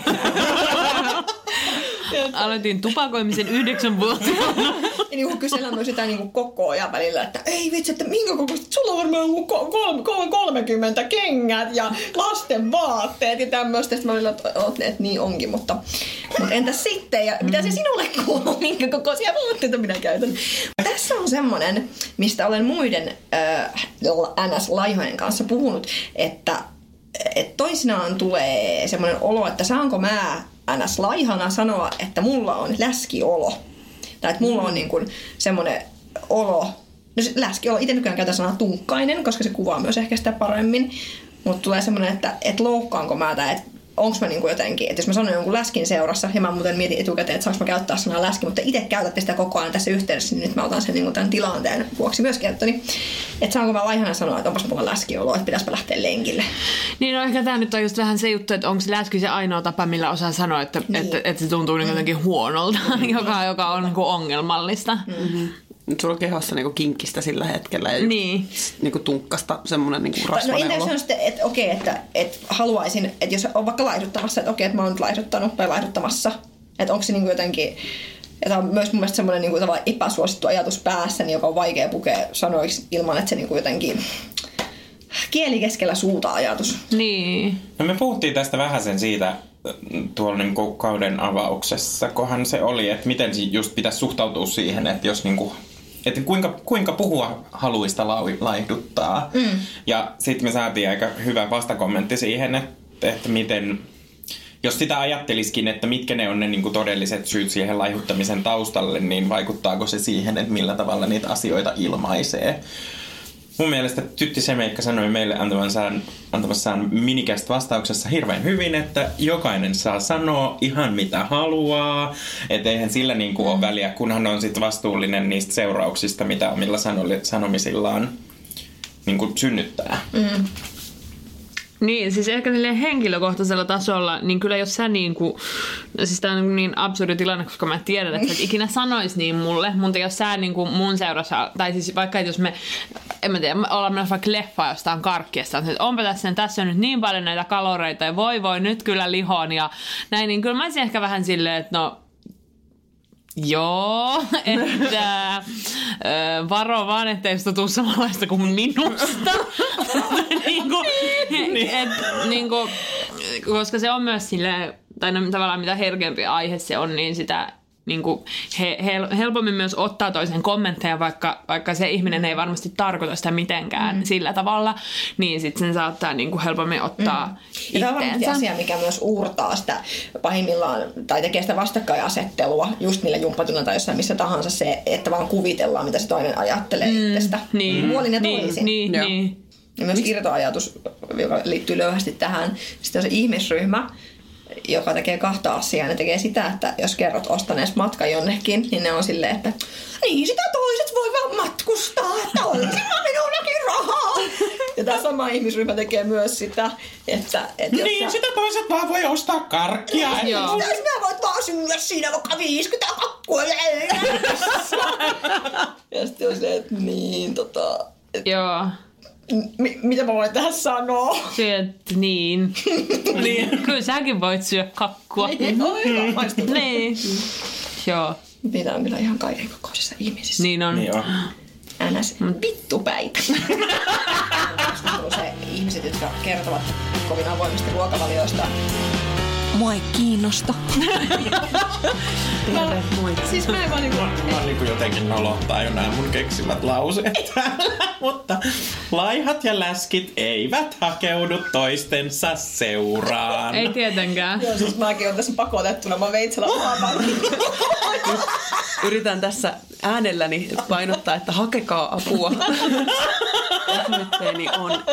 Aloitin tupakoimisen yhdeksän vuotta. Ja niin kysellään myös sitä niin koko ajan välillä, että ei vitsi, että minkä kokoista, sulla on varmaan kolme, kolme, kolmekymmentä kengät ja lasten vaatteet ja tämmöistä. Sitten mä olin, että, että niin onkin, mutta, mutta entäs sitten? Ja mitä se sinulle kuuluu, minkä kokoisia vaatteita minä käytän? Tässä on semmoinen, mistä olen muiden äh, N S-laihojen kanssa puhunut, että, että toisinaan tulee semmoinen olo, että saanko mä N S-laihana sanoa, että mulla on läskiolo. Tai että mulla on niin kuin semmoinen olo, no läskiolo, itse nykyään käytän sanaa tunkkainen, koska se kuvaa myös ehkä sitä paremmin. Mutta tulee semmoinen, että et loukkaanko mä tai että onko mä niinku jotenkin, että jos mä sanon jonkun läskin seurassa, ja mä muuten mietin etukäteen, että saanko mä käyttää sanaa läski, mutta itse käytätte sitä koko ajan tässä yhteydessä, niin nyt mä otan sen niinku tämän tilanteen vuoksi myös käyttöni. Että saanko mä laihana sanoa, että onpas mulla läskiolo, että pitäispä lähteä lenkille. Niin no ehkä tää nyt on just vähän se juttu, että onko läski se ainoa tapa, millä osaa sanoa, että, niin. että, että se tuntuu niin jotenkin huonolta, mm. joka, joka on niinku ongelmallista. Mm-hmm. Nyt sulla on kehossa niinku kinkkistä sillä hetkellä ja niin. niinku tunkkasta semmoinen niinku rasvainen no, olo. No sitten, että okei, että, että haluaisin, että jos on vaikka laihduttamassa, että okei, että mä oon nyt laihduttanut tai laihduttamassa, että onko se niinku jotenkin, että on myös mun mielestä semmoinen niinku tavallaan epäsuosittu ajatus päässäni, joka on vaikea pukea sanoiksi ilman, että se niinku jotenkin kieli keskellä suuta ajatus. Niin. No me puhuttiin tästä vähän sen siitä tuolla niin kuin kauden avauksessa, kohan se oli, että miten just pitäisi suhtautua siihen, että jos niin kuin että kuinka, kuinka puhua haluista laihduttaa. Mm. Ja sitten me saatiin aika hyvä vastakommentti siihen, että, että miten, jos sitä ajattelisikin, että mitkä ne on ne niin kuin todelliset syyt siihen laihuttamisen taustalle, niin vaikuttaako se siihen, että millä tavalla niitä asioita ilmaisee. Mun mielestä Tytti Semeikka sanoi meille antamassaan, antamassaan minikästä vastauksessa hirveän hyvin, että jokainen saa sanoa ihan mitä haluaa. Että eihän sillä niin kuin ole väliä, kunhan on sit vastuullinen niistä seurauksista, mitä omilla sanomisillaan niin kuin synnyttää. Mm. Niin, siis ehkä henkilökohtaisella tasolla, niin kyllä jos sä niin kuin, siis tää on niin absurdi tilanne, koska mä tiedän, että sä et ikinä sanois niin mulle, mutta jos sä niin kuin mun seurassa, tai siis vaikka jos me, en mä tiedä, ollaan mennä vaikka leffaa jostain karkkiesta, että onpa tässä, tässä on nyt niin paljon näitä kaloreita, ja voi voi nyt kyllä lihon, ja näin, niin kyllä mä olisin ehkä vähän silleen, että no, joo, että äh, varo vaan, ettei sitä tule samanlaista kuin minusta. niinku, et, niinku, koska se on myös silleen, tai no, tavallaan mitä herkempi aihe se on, niin sitä niinku, he, hel, helpommin myös ottaa toisen kommentteja, vaikka, vaikka se ihminen ei varmasti tarkoita sitä mitenkään mm. sillä tavalla, niin sitten sen saattaa niinku helpommin ottaa mm. itteensä. Ja tämä on varmasti asia, mikä myös uurtaa sitä pahimmillaan, tai tekee sitä vastakkainasettelua just niillä jumppatunnilla tai jossain missä tahansa se, että vaan kuvitellaan, mitä se toinen ajattelee mm. itsestä. Niin. Puolin ja niin, toisin. Niin, niin. Ja myös irtoajatus, joka liittyy löyhästi tähän. Sitten on se ihmisryhmä, joka tekee kahta asiaa. Ne tekee sitä, että jos kerrot ostanees matka jonnekin, niin ne on silleen, että niin sitä toiset voi vaan matkustaa, että olisipa minullakin rahaa. Ja tämä sama ihmisryhmä tekee myös sitä, että... että niin, sä... sitä toiset vaan voi ostaa karkkia. Joo. Mitä sinä voit vaan syödä siinä vaikka viisikymmentä kakkua. Ja sitten on se, että niin tota... Et... Joo. M- mitä mä voin tähän sanoa? Syöt niin. niin. Kyllä säkin voit syödä kakkua. Niin, on hyvä maistua. Niin. Joo. Niitä on kyllä ihan kaiken kokoisissa ihmisissä. Niin on. Niin on. Ns. Vittupäitä. Se ihmiset, jotka kertovat kovin avoimesti ruokavalioista. Mua ei kiinnosta. Terve, moi. Siis mä en vaan niinku... Mä oon niinku jotenkin nolottaa jo nää mun keksimät lauseet täällä, mutta laihat ja läskit eivät hakeudu toistensa seuraan. Ei tietenkään. Joo, siis mäkin oon tässä pakotettuna. Mä veitsellä haapaan. Yritän tässä äänelläni painottaa, että hakekaa apua. Osoitteeni on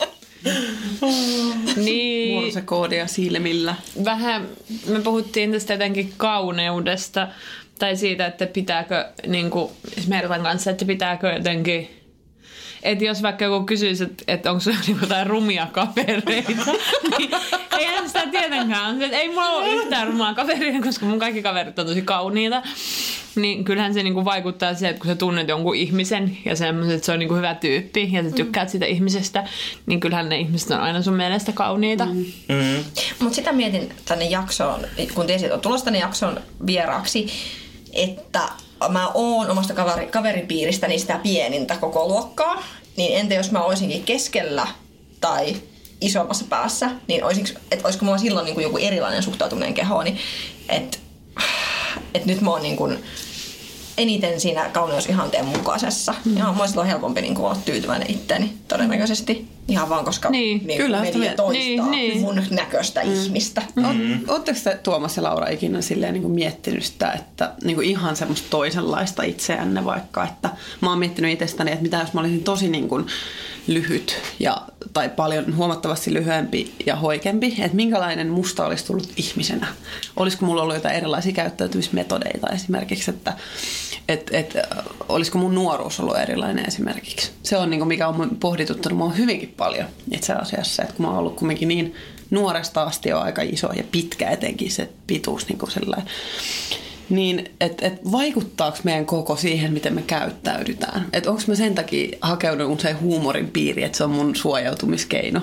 niin, morsekoodia silmillä. Vähän me puhuttiin tästä jotenkin kauneudesta tai siitä, että pitääkö niin kuin Mertan kanssa, että pitääkö jotenkin, että jos vaikka joku kysyisi, että, että onko sulla niin jotain rumia kavereita, niin eihän sitä tietenkään. Ei mulla ole yhtään rumaa kaveria, koska mun kaikki kaverit on tosi kauniita. Niin kyllähän se niinku vaikuttaa siihen, että kun sä tunnet jonkun ihmisen ja semmoiset, että se on niinku hyvä tyyppi ja sä tykkäät sitä ihmisestä, niin kyllähän ne ihmiset on aina sun mielestä kauniita. Mm. Mm. Mutta sitä mietin tänne jaksoon, kun tiesin, että on tulossa tänne jaksoon vieraaksi, että mä oon omasta kaveri, kaveripiiristäni sitä pienintä koko luokkaa, niin entä jos mä olisinkin keskellä tai isommassa päässä, niin olisinko, että olisiko mulla silloin niin kuin joku erilainen suhtautuminen kehooni, että et nyt mä oon niin kuin eniten siinä kauneusihanteen mukaisessa. Mm. Ja mulla silloin helpompi niin kuin olla tyytyväinen itteeni todennäköisesti. Ihan vaan koska niin, niin, kyllä, media toistaa niin, niin. mun näköistä mm. ihmistä. Mm. Oletteko te Tuomas ja Laura ikinä silleen niin kuin miettinyt sitä, että niin kuin ihan semmoista toisenlaista itseänne vaikka, että mä oon miettinyt itsestäni, että mitä jos mä olisin tosi niin kuin lyhyt ja, tai paljon huomattavasti lyhyempi ja hoikempi, että minkälainen musta olisi tullut ihmisenä? Olisiko mulla ollut jotain erilaisia käyttäytymismetodeita esimerkiksi, että et, et, olisiko mun nuoruus ollut erilainen esimerkiksi? Se on niin kuin, mikä on pohdituttanut mua hyvinkin paljon itse asiassa, että kun mä oon ollut kumminkin niin nuoresta asti on aika iso ja pitkä etenkin se pituus niin kuin sellainen. Niin, että et vaikuttaako meidän koko siihen, miten me käyttäydytään? Että onko mä sen takia hakeudun usein huumorin piiriin, että se on mun suojautumiskeino?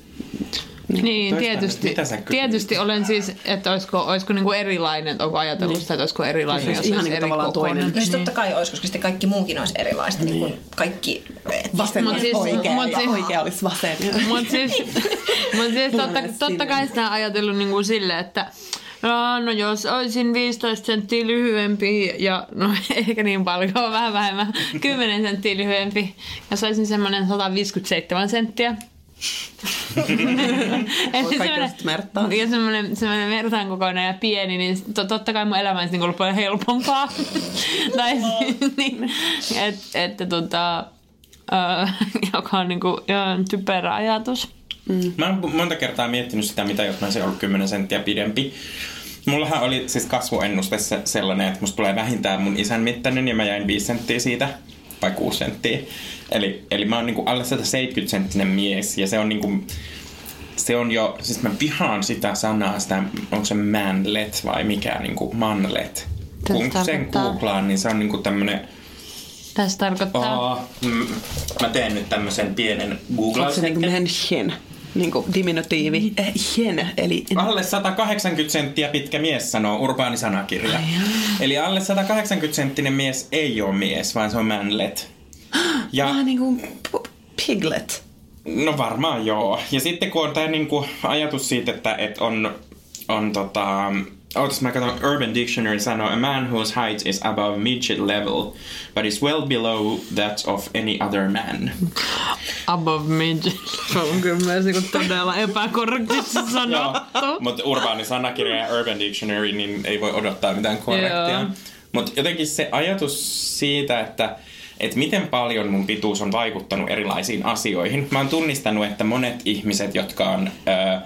Niin, niin tietysti, tietysti olen siis, että olisiko, olisiko niinku erilainen, että onko ajatellut niin. Sitä, että olisiko erilainen, jos ihan olisi niin eri kokoinen. toinen. Niin. Totta kai olisi, koska sitten kaikki muukin olisi erilaista. Niin. Niin kaikki... Vasen olisi siis, oikea mut ja siis, oikea olisi vasen. Mutta siis, mut siis totta, totta kai sitä on ajatellut niinku silleen, että No, no jos olisin viisitoista senttiä lyhyempi ja no ehkä niin paljon, vähän vähemmän, kymmenen senttiä lyhyempi. Jos olisin semmoinen sata viisikymmentäseitsemän senttiä. Voi kaikki mertaa. Ja semmoinen, semmoinen mertaan kokoinen ja pieni, niin to, totta kai mun elämä olisi niin ollut paljon helpompaa. tai niin, että et, tota, äh, joka on niin kuin, ihan typerä ajatus. Mm. Mä oon monta kertaa miettinyt sitä, mitä jos mä olisin ollut kymmenen senttiä pidempi. Mullahan oli siis kasvuennuste sellainen, että musta tulee vähintään mun isän mittainen ja mä jäin viisi senttiä siitä, vai kuusi senttiä. Eli, eli mä oon niinku alle sata seitsemänkymmentä senttinen mies ja se on niinku, se on jo, siis mä vihaan sitä sanaa, sitä, onko se manlet vai mikä, niinku manlet. Kun sen googlaan, niin se on niinku tämmönen... Tässä tarkoittaa... Oh, mm, mä teen nyt tämmösen pienen googlauksen. Onko se niinku menchen? Niinku diminutiivi. Eh, hen, eli... Alle sata kahdeksankymmentä senttiä pitkä mies, sanoo urbaani sanakirja. Eli alle sata kahdeksankymmentä senttinen mies ei ole mies, vaan se on manlet. Ja... Ah, niinku piglet. No varmaan joo. Ja sitten kun on tää niinku ajatus siitä, että et on, on tota... Ootas mä katson, Urban Dictionary sanoo, a man whose height is above midget level, but is well below that of any other man. Above midget. Se on kyllä myös niinku todella epäkorrektisti sanottu. Mutta urbaani sanakirja ja Urban Dictionary, niin ei voi odottaa mitään korrektia. Mutta jotenkin se ajatus siitä, että et miten paljon mun pituus on vaikuttanut erilaisiin asioihin. Mä oon tunnistanut, että monet ihmiset, jotka on... Öö,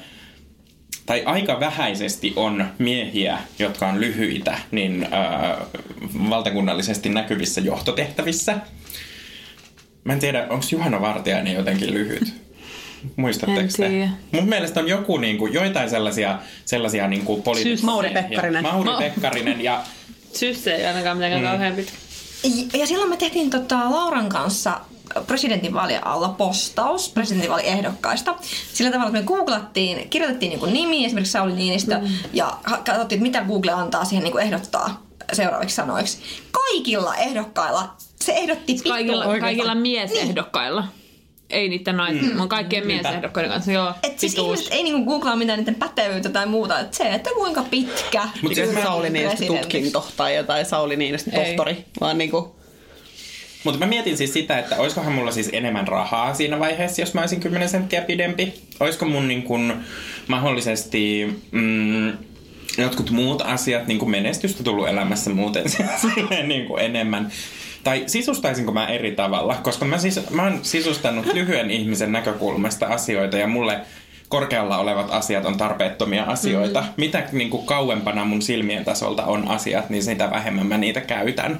tai aika vähäisesti on miehiä, jotka on lyhyitä, niin öö, valtakunnallisesti näkyvissä johtotehtävissä. Mä en tiedä, onko Juhana Vartiainen jotenkin lyhyt? Muistatteko te? Mun mielestä on joku, niin kuin, joitain sellaisia, sellaisia niin kuin poliitikkoja. Mauri Pekkarinen. Mauri Pekkarinen ja... Sysse ei ainakaan mitenkään mm. kauhean pitkä. Ja silloin me tehtiin tota Lauran kanssa presidentinvaalien alla postaus presidentinvaaliehdokkaista. Sillä tavalla, että me googlattiin, kirjoitettiin niin kuin nimi, esimerkiksi Sauli Niinistö, mm. ja katsottiin, että mitä Google antaa siihen niin kuin ehdottaa seuraaviksi sanoiksi. Kaikilla ehdokkailla se ehdotti pituutta. Kaikilla, kaikilla miesehdokkailla. Niin. Ei niiden naisten, mm. on kaikkien miesehdokkaiden kanssa. Joo, et siis ihmiset ei niinku googlaa mitään niiden pätevyyttä tai muuta. Et se, että kuinka pitkä. Mutta se Sauli Niinistö tutkinto tai jotain Sauli Niinistö tohtori. Vaan niinku... Mutta mä mietin siis sitä, että olisikohan mulla siis enemmän rahaa siinä vaiheessa, jos mä olisin kymmenen senttiä pidempi. Olisiko mun niin kun mahdollisesti mm, jotkut muut asiat, niin kuin menestystä tullut elämässä muuten niin kuin enemmän. Tai sisustaisinko mä eri tavalla, koska mä, siis, mä oon sisustanut lyhyen ihmisen näkökulmasta asioita ja mulle korkealla olevat asiat on tarpeettomia asioita. Mm-hmm. Mitä niin kuin kauempana mun silmien tasolta on asiat, niin sitä vähemmän mä niitä käytän.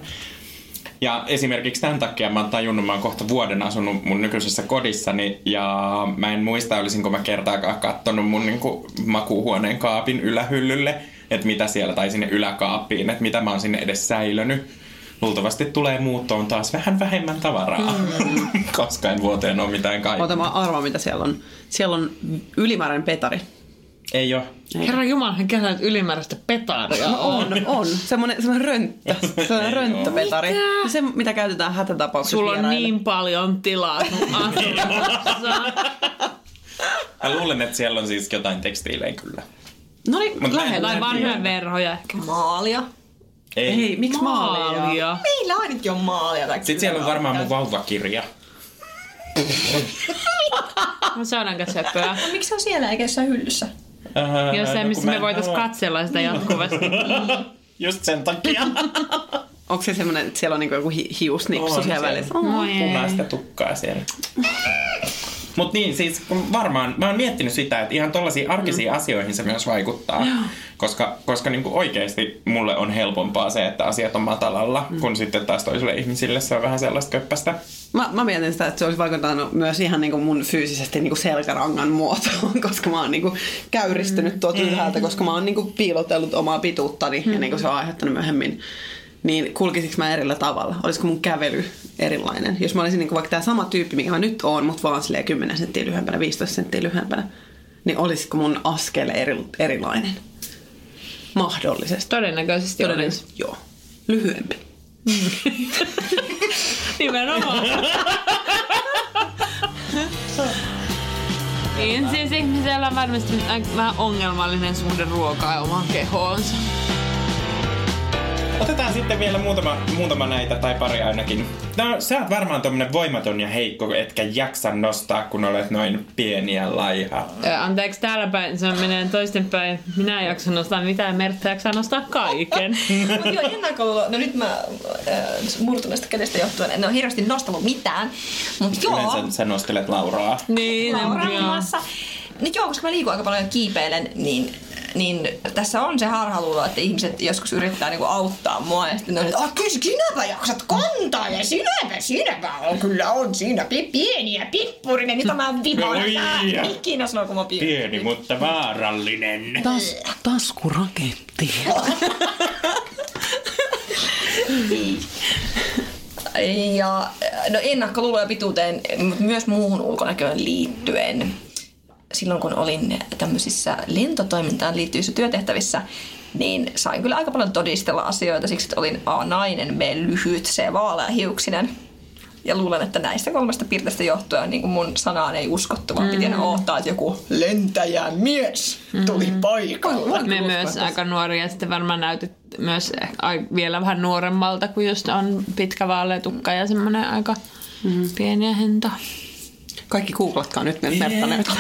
Ja esimerkiksi tämän takia mä oon tajunnut, mä oon kohta vuoden asunut mun nykyisessä kodissani ja mä en muista, olisinko mä kertaakaan kattonut mun niin kuin makuuhuoneen kaapin ylähyllylle, että mitä siellä, tai sinne yläkaappiin, että mitä mä oon sinne edes säilönyt. Luultavasti tulee muuttoon taas vähän vähemmän tavaraa, mm. koska en vuoteen ole mitään kaikkea. Ota mä arvaan, mitä siellä on. Siellä on ylimääräinen petari. Ei oo. Herra Jumala, hän kerää ylimääräistä petaria. No on, on. Semmoinen, semmoinen rönttö. Semmoinen rönttöpetari. Se, mitä käytetään hätätapauksessa. Sulla on vieraille. Niin paljon tilaa sun asunnossa. Mä luulen, että siellä on siis jotain tekstiilejä kyllä. No niin, lähellä. Tai vanhoja verhoja ehkä. Maalia. Ei, Ei miksi maalia? maalia? Meillä ainakin on maalia. Sitten siellä on varmaan mun vauvakirja. Se on aika söpöä. No, miksi se on siellä eikä jossain hyllyssä? Uh, Jossain, missä me voitais katsella sitä jatkuvasti. Just sen takia. Onko se semmoinen, että siellä on niinku joku hi- hiusnipsu on siellä välissä? On Moi punaista tukkaa siellä. Mut niin, siis varmaan, mä oon miettinyt sitä, että ihan tollaisiin arkisiin mm. asioihin se myös vaikuttaa. Koska, koska niinku oikeesti mulle on helpompaa se, että asiat on matalalla, mm. kun sitten taas toisille ihmisille se on vähän sellaista köppästä. Mä, mä mietin sitä, että se olisi vaikuttanut myös ihan niinku mun fyysisesti niinku selkärangan muotoon, koska mä oon niinku käyristynyt tuolta mm. ylhäältä, koska mä oon niinku piilotellut omaa pituuttani mm. ja niinku se on aiheuttanut myöhemmin. Niin kulkisiko mä erillä tavalla? Olisiko mun kävely erilainen? Jos mä olisin niinku vaikka tää sama tyyppi, mikä mä nyt oon, mutta vaan silleen kymmenen senttiä lyhyempänä, viisitoista senttiä lyhyempänä, niin olisiko mun askel eri, erilainen? Mahdollisesti. Todennäköisesti olisi. Joo. Lyhyempi. Nimenomaan. Niin, siis ihmisellä on varmasti vähän ongelmallinen suhde ruokaa ja omaan kehoonsa. Otetaan sitten vielä muutama, muutama näitä, tai pari ainakin. No, sä oot varmaan tommonen voimaton ja heikko, etkä jaksa nostaa, kun olet noin pieni ja laiha. Ää, anteeksi, täällä päin se menee toistenpäin. Minä en jaksa nostaa mitään, Mertta jaksaa nostaa kaiken. Mutta joo, ennakkoluulo. No nyt mä äh, murtuneesta kädestä johtuen en ole hirveästi nostanut mitään. Mutta joo. Yleensä sä nostelet Lauraa. Niin, Laura muun muassa. Nyt joo, koska mä liikun aika paljon ja kiipeilen, niin, niin tässä on se harhaluulo, että ihmiset joskus yrittää niinku auttaa mua. Ja sitten ne on, että ah, kyllä sinäpä jaksat kantaa ja sinäpä, sinäpä on, kyllä on siinä pieni ja pippurinen. Nyt mä vipoilla tää ikinä sanoo, kun mä pieni. Pieni, mutta vaarallinen. Tas, taskuraketti. Ja no ennakkoluuloja pituuteen, mutta myös muuhun ulkonäköön liittyen. Silloin kun olin tämmöisissä lentotoimintaan liittyvissä työtehtävissä, niin sain kyllä aika paljon todistella asioita siksi, että olin A nainen, B lyhyt, C vaaleahiuksinen. Ja luulen, että näistä kolmesta piirteestä johtuen niin kuin mun sanaan ei uskottu, vaan piti aina odottaa, että joku lentäjä mies tuli paikalle. Me myös aika nuoria, sitten varmaan näytit myös vielä vähän nuoremmalta, kun just on pitkä vaalea tukka ja semmoinen aika mm-hmm. pieni ja hento. Kaikki googlatkaa nyt, meidän Mertta näyttää.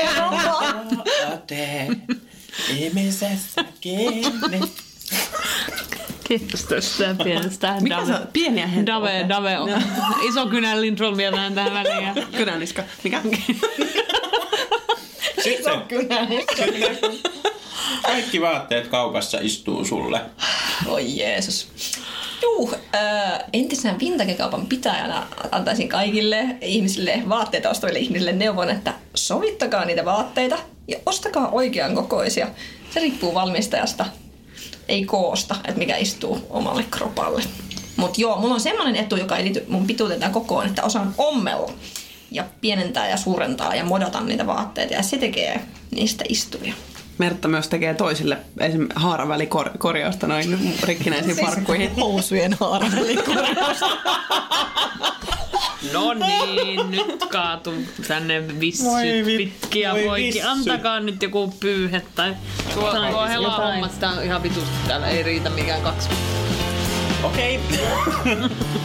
Ote ihmisessä kiinni. Kiitos tästä pienestä. Mikä Dave. se on? Pieniä hentoja. Dave, Dave on. Iso kynän Lindroll vielä tähän väliin. Kynäniska. Mikä? Sitten kaikki vaatteet kaupassa istuu sulle. Oi Jeesus. Juu, äh, entisenä vintage-kaupan pitäjänä antaisin kaikille ihmisille, vaatteita ostaville ihmisille neuvon, että sovittakaa niitä vaatteita ja ostakaa oikean kokoisia. Se riippuu valmistajasta, ei koosta, että mikä istuu omalle kropalle. Mutta joo, mulla on semmoinen etu, joka ei liity mun pituuteen tai kokoon, että osaan ommella ja pienentää ja suurentaa ja modata niitä vaatteita ja se tekee niistä istuvia. Mertta myös tekee toisille esim. Haaravälikorjausta noin rikkinäisiin siis farkkuihin. Housujen haaravälikorjausta. No niin, nyt kaatu tänne vissyt Voi vi- pitkiä voi poikki. vissyt. Antakaa nyt joku pyyhe tai tuo, tuo helahommat. Sitä on ihan vitusti täällä, ei riitä mikään kaksi. Okei. Okay.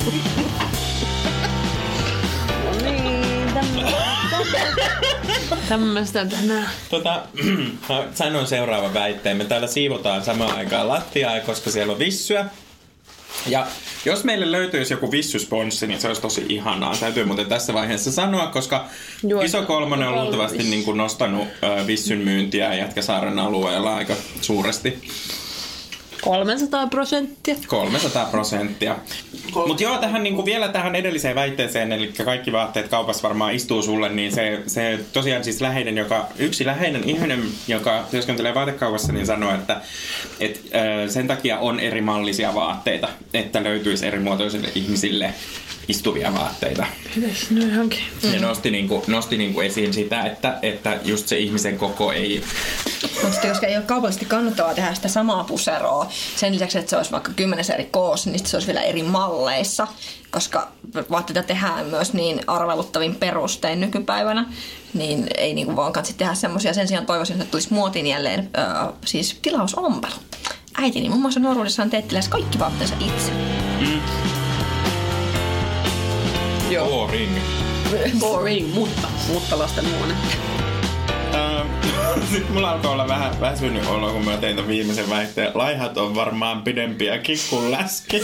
Tämmöistä tänään. Tota, mä sanon seuraavan väitteen. Me täällä siivotaan samaan aikaan lattiaa, koska siellä on vissyä. Ja jos meille löytyisi joku vissysponssi, niin se olisi tosi ihanaa. Täytyy muuten tässä vaiheessa sanoa, koska Juo, Iso Kolmonen on luultavasti niin kuin nostanut ö, vissyn myyntiä Jätkäsaaren alueella aika suuresti. kolmesataa prosenttia. kolmesataa prosenttia. Mutta joo, tähän, niinku, vielä tähän edelliseen väitteeseen, eli kaikki vaatteet kaupassa varmaan istuu sulle, niin se, se tosiaan siis läheinen, joka, yksi läheinen ihminen, joka työskentelee vaatekaupassa, niin sanoo, että et, ö, sen takia on eri mallisia vaatteita, että löytyisi eri muotoisille ihmisille istuvia vaatteita. Pitäis no johonkin. Ja nosti, niinku, nosti niinku esiin sitä, että, että just se ihmisen koko ei... Mutta jos ei ole kaupallisesti kannattavaa tehdä sitä samaa puseroa, sen lisäksi, että se olisi vaikka kymmenessä eri koossa, niin se olisi vielä eri malleissa, koska vaatteita tehdään myös niin arveluttavin perustein nykypäivänä, niin ei niinku vaan kansi tehdä semmoisia. Sen sijaan toivoisin, että tulisi muotiin jälleen äh, siis tilausompelu. Äitini muun muassa nuoruudessaan teetti lähes kaikki vaatteensa itse. Mm. Joo. Boring. Boring, mutta, mutta lasten huone. Sitten mulla alkoi olla vähän väsynyt olo, kun mä tein tämän viimeisen väitteen. Laihat on varmaan pidempiäkin kuin läski.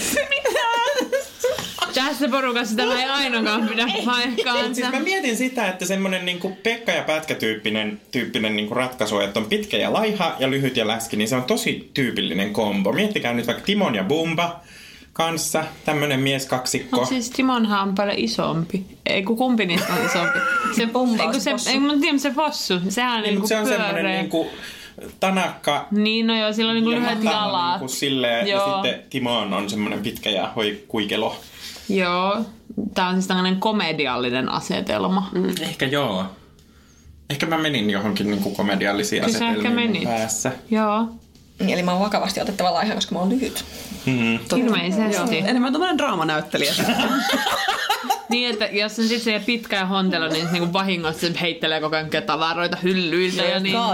Tässä porukassa tämä ei ainakaan pidä paikkaansa. Siis mä mietin sitä, että semmonen niinku Pekka ja Pätkä-tyyppinen tyyppinen niinku ratkaisu, että on pitkä ja laiha ja lyhyt ja läski, niin se on tosi tyypillinen kombo. Miettikää nyt vaikka Timon ja Bumba kanssa, tämmönen mieskaksikko. Mutta siis Timonhan on paljon isompi. Ei kun kumpi niistä on isompi. Se Bumba ei, on se, possu. ei mä tiedä, se possu. Sehän Niin, niinku mutta se on pyöreä. semmonen niinku tanakka. Niin, no joo, sillä on niinku ja lyhyet matala jalat. Niinku silleen, ja Joo. sitten Timon on semmonen pitkä ja hoi kuikelo. Joo. Tää on siis tämmönen komediallinen asetelma. Mm. Ehkä joo. Ehkä mä menin johonkin niinku komediallisiin Kyllä sä ehkä asetelmiin menit. päässä. Joo. Eli mä oon vakavasti otettava laiha, koska mä oon lyhyt. Mm-hmm. Ilmeisesti. Enemmän tommonen draamanäyttelijä. Niin, että jos on sitten se pitkä ja hontelo, niin se niinku vahingossa se heittelee koko ajan tavaroita hyllyiltä. Ja niin.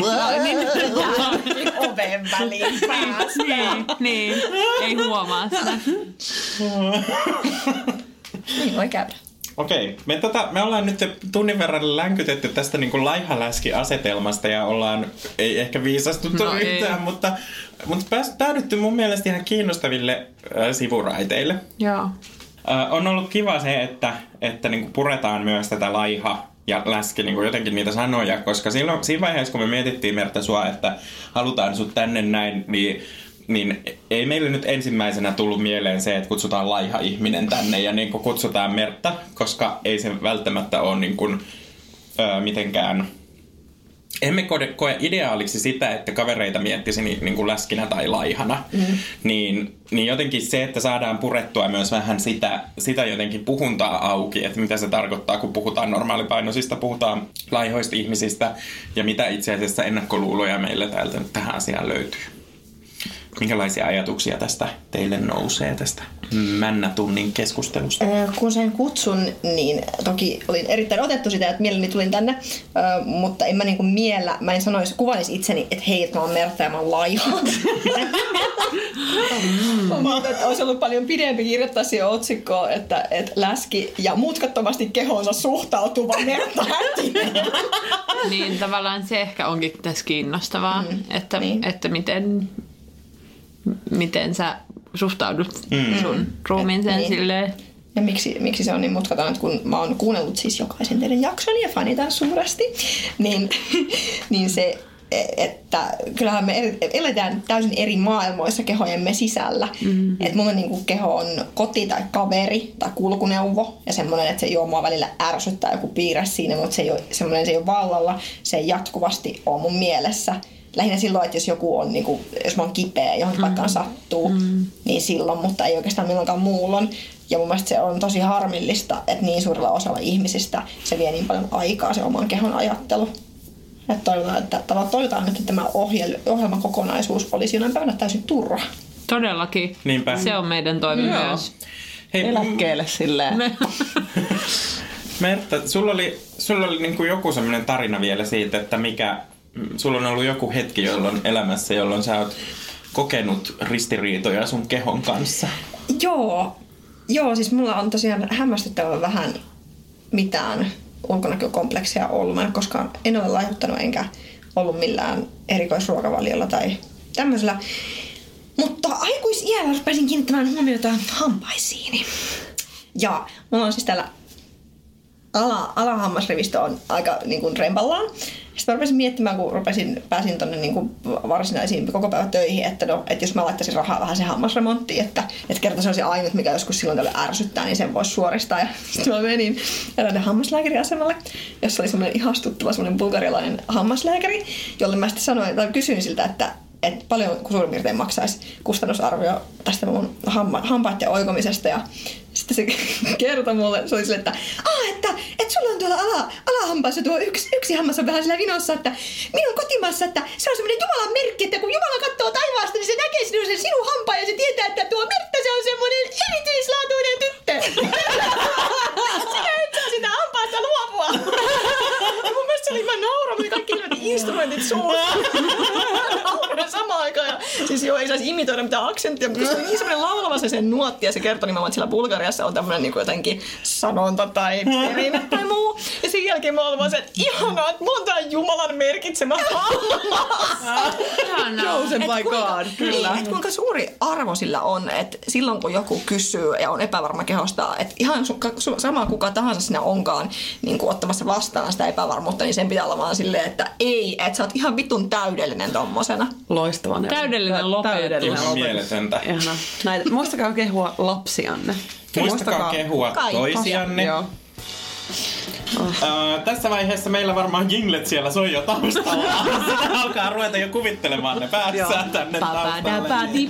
Oven väliin päästä. Niin, niin, ei huomaa sitä. Niin voi käydä. Okei, me, tota, me ollaan nyt tunnin verran länkytetty tästä niin kuin laihaläski-asetelmasta ja ollaan, ei ehkä viisastuttu no yhtään, ei. mutta, mutta pääs- päädytty mun mielestä ihan kiinnostaville äh, sivuraiteille. Joo. Äh, on ollut kiva se, että, että niin kuin puretaan myös tätä laiha ja läski niin kuin jotenkin niitä sanoja, koska silloin, siinä vaiheessa, kun me mietittiin Mertta sua, että halutaan sut tänne näin, niin niin ei meille nyt ensimmäisenä tullut mieleen se, että kutsutaan laiha ihminen tänne ja niin kuin kutsutaan Mertta, koska ei se välttämättä ole niin kuin, ö, mitenkään... Emme koe ideaaliksi sitä, että kavereita miettisi niin, niin kuin läskinä tai laihana. Mm. Niin, niin jotenkin se, että saadaan purettua myös vähän sitä, sitä jotenkin puhuntaa auki, että mitä se tarkoittaa, kun puhutaan normaalipainosista, puhutaan laihoista ihmisistä ja mitä itse asiassa ennakkoluuloja meille täältä tähän asiaan löytyy. Minkälaisia ajatuksia tästä teille nousee tästä männätunnin keskustelusta? Kun sen kutsun, niin toki olin erittäin otettu sitä, että mielelläni tulin tänne, mutta en mä niinku miellä, mä en sanoisi, kuvailisi itseni, että hei, että mä oon Mertta ja mä oon laiha. Mutta että olisi ollut paljon pidempi kirjoittaa siihen otsikkoon, että, että läski ja mutkattomasti kehoonsa suhtautuva Mertta Häkkinen. Niin tavallaan se ehkä onkin tässä kiinnostavaa, mm, että, niin. että miten... miten sä suhtaudut mm. sun ruumiin niin. silleen. Ja miksi, miksi se on niin mutkataan, että kun mä oon kuunnellut siis jokaisen teidän jakson ja fanitan suuresti, niin, niin se, että kyllähän me eletään täysin eri maailmoissa kehojemme sisällä. Mm-hmm. Että mun niin keho on koti tai kaveri tai kulkuneuvo ja semmoinen, että se joo mua välillä ärsyttää joku piirre siinä, mutta se ei ole, semmoinen, se ei ole vallalla, se ei jatkuvasti ole mun mielessä. Lähinnä silloin, että jos joku on, niin kuin, jos mä oon kipeä, johonkin mm. paikkaan sattuu, mm. niin silloin, mutta ei oikeastaan milloinkaan muulloin. Ja mun mielestä se on tosi harmillista, että niin suurella osalla ihmisistä se vie niin paljon aikaa se oman kehon ajattelu. Että toivotaan, että, toivotaan, että tämä ohjelmakokonaisuus olisi jonain päivänä täysin turha. Todellakin. Niinpä. Se on meidän toive myös. Hei, eläkkeelle silleen. Mertta, sulla oli, sulla oli niin kuin joku semmoinen tarina vielä siitä, että mikä... Sulla on ollut joku hetki jolloin elämässä, jolloin sä oot kokenut ristiriitoja sun kehon kanssa. Joo, Joo siis mulla on tosiaan hämmästyttävän vähän mitään ulkonäkökompleksia ollut. Mä en koskaan en ole laihuttanut enkä ollut millään erikoisruokavaliolla tai tämmöisellä. Mutta aikuisiällä rupesin kiinnittämään huomiota hampaisiini. Ja mulla on siis täällä ala, alahammasrivistö on aika niin kuin rempallaan. Sitten mä rupesin miettimään, kun rupesin, pääsin tonne niin kuin varsinaisiin koko päivän töihin, että, no, että jos mä laittaisin rahaa vähän se hammasremonttiin, että, että kerta se olisi ainut, mikä joskus silloin tälle ärsyttää, niin sen voisi suoristaa. Ja sitten mä menin eräänne hammaslääkäriasemalle, jossa oli semmoinen ihastuttava semmoinen bulgarialainen hammaslääkäri, jolle mä sitten sanoin, tai kysyin siltä, että että paljon suurin piirtein maksaisi kustannusarvio tästä mun hamma, hampaiden oikomisesta. Ja sitten se kertoi mulle, se oli sille, että, ah, että, että sulla on tuolla ala, alahampaassa tuo yksi, yksi hammas on vähän sillä vinossa, että minun kotimaassa, että se on semmoinen Jumalan merkki, että kun Jumala katsoo taivaasta, niin se näkee sinun sen sinun hampaan ja se tietää, että tuo Mertta, se on semmoinen erityislaatuinen tyttö. Sinä et saa sitä hampaasta luopua. Ja mun mielestä se oli ihan naura, mutta kaikki instrumentit suussa. Samaan aikaan. Ja, siis joo, ei saisi imitoida mitään aksenttia, mutta se oli niin semmoinen laulava se sen nuotti ja se kertoi nimenomaan, että siellä Bulgariassa on tämmöinen niin kuin jotenkin sanonta tai perinne tai muu. Ja sen jälkeen mä olin vaan se, että ihanaa, että mulla on tää Jumalan merkitsemä hammas. Chosen by God, kyllä. Niin, että kuinka suuri arvo sillä on, että silloin kun joku kysyy ja on epävarma kehostaan, että ihan su- su- sama kuka tahansa sinä onkaan niin kuin ottamassa vastaan sitä epävarmuutta, niin sen pitää olla vaan silleen, että ei, että sä oot ihan vitun täydellinen tommosena. Loistava neuvo. Täydellinen lopetus. Täydellinen Ihan mieletöntä. Ihana. Näitä, muistakaa kehua lapsianne. Muistakaa, muistakaa kehua kaikki. toisianne. Joo. Oh. Uh, tässä vaiheessa meillä varmaan jinglet siellä soi jo taustalla. Sitä alkaa ruveta jo kuvittelemaan ne päässään tänne taustalle.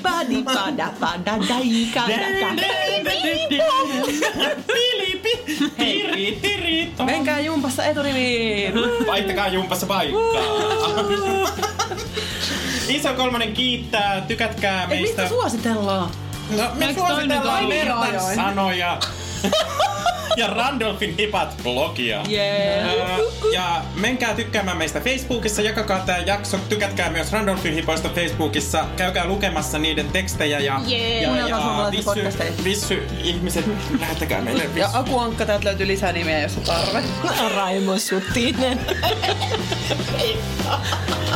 Menkää jumpassa etunimiin. Vaihtakaa jumpassa paikkaa. Iso kolmonen kiittää, tykätkää meistä. Mistä suositellaan? No, me suositellaan Mertan sanoja. ja Randolphin hipat blogia. Yeah. Ja menkää tykkäämään meistä Facebookissa, jakakaa tää jakso, tykätkää myös Randolphin hipoista Facebookissa, käykää lukemassa niiden tekstejä ja, Yeah. ja, Kuunnelkaa ja suomalaisia vissy, podcasteja. vissy ihmiset, lähettäkää meille Ja vissy. Aku Ankka, täältä löytyy lisää nimiä, jos on tarve. Raimo Sutinen.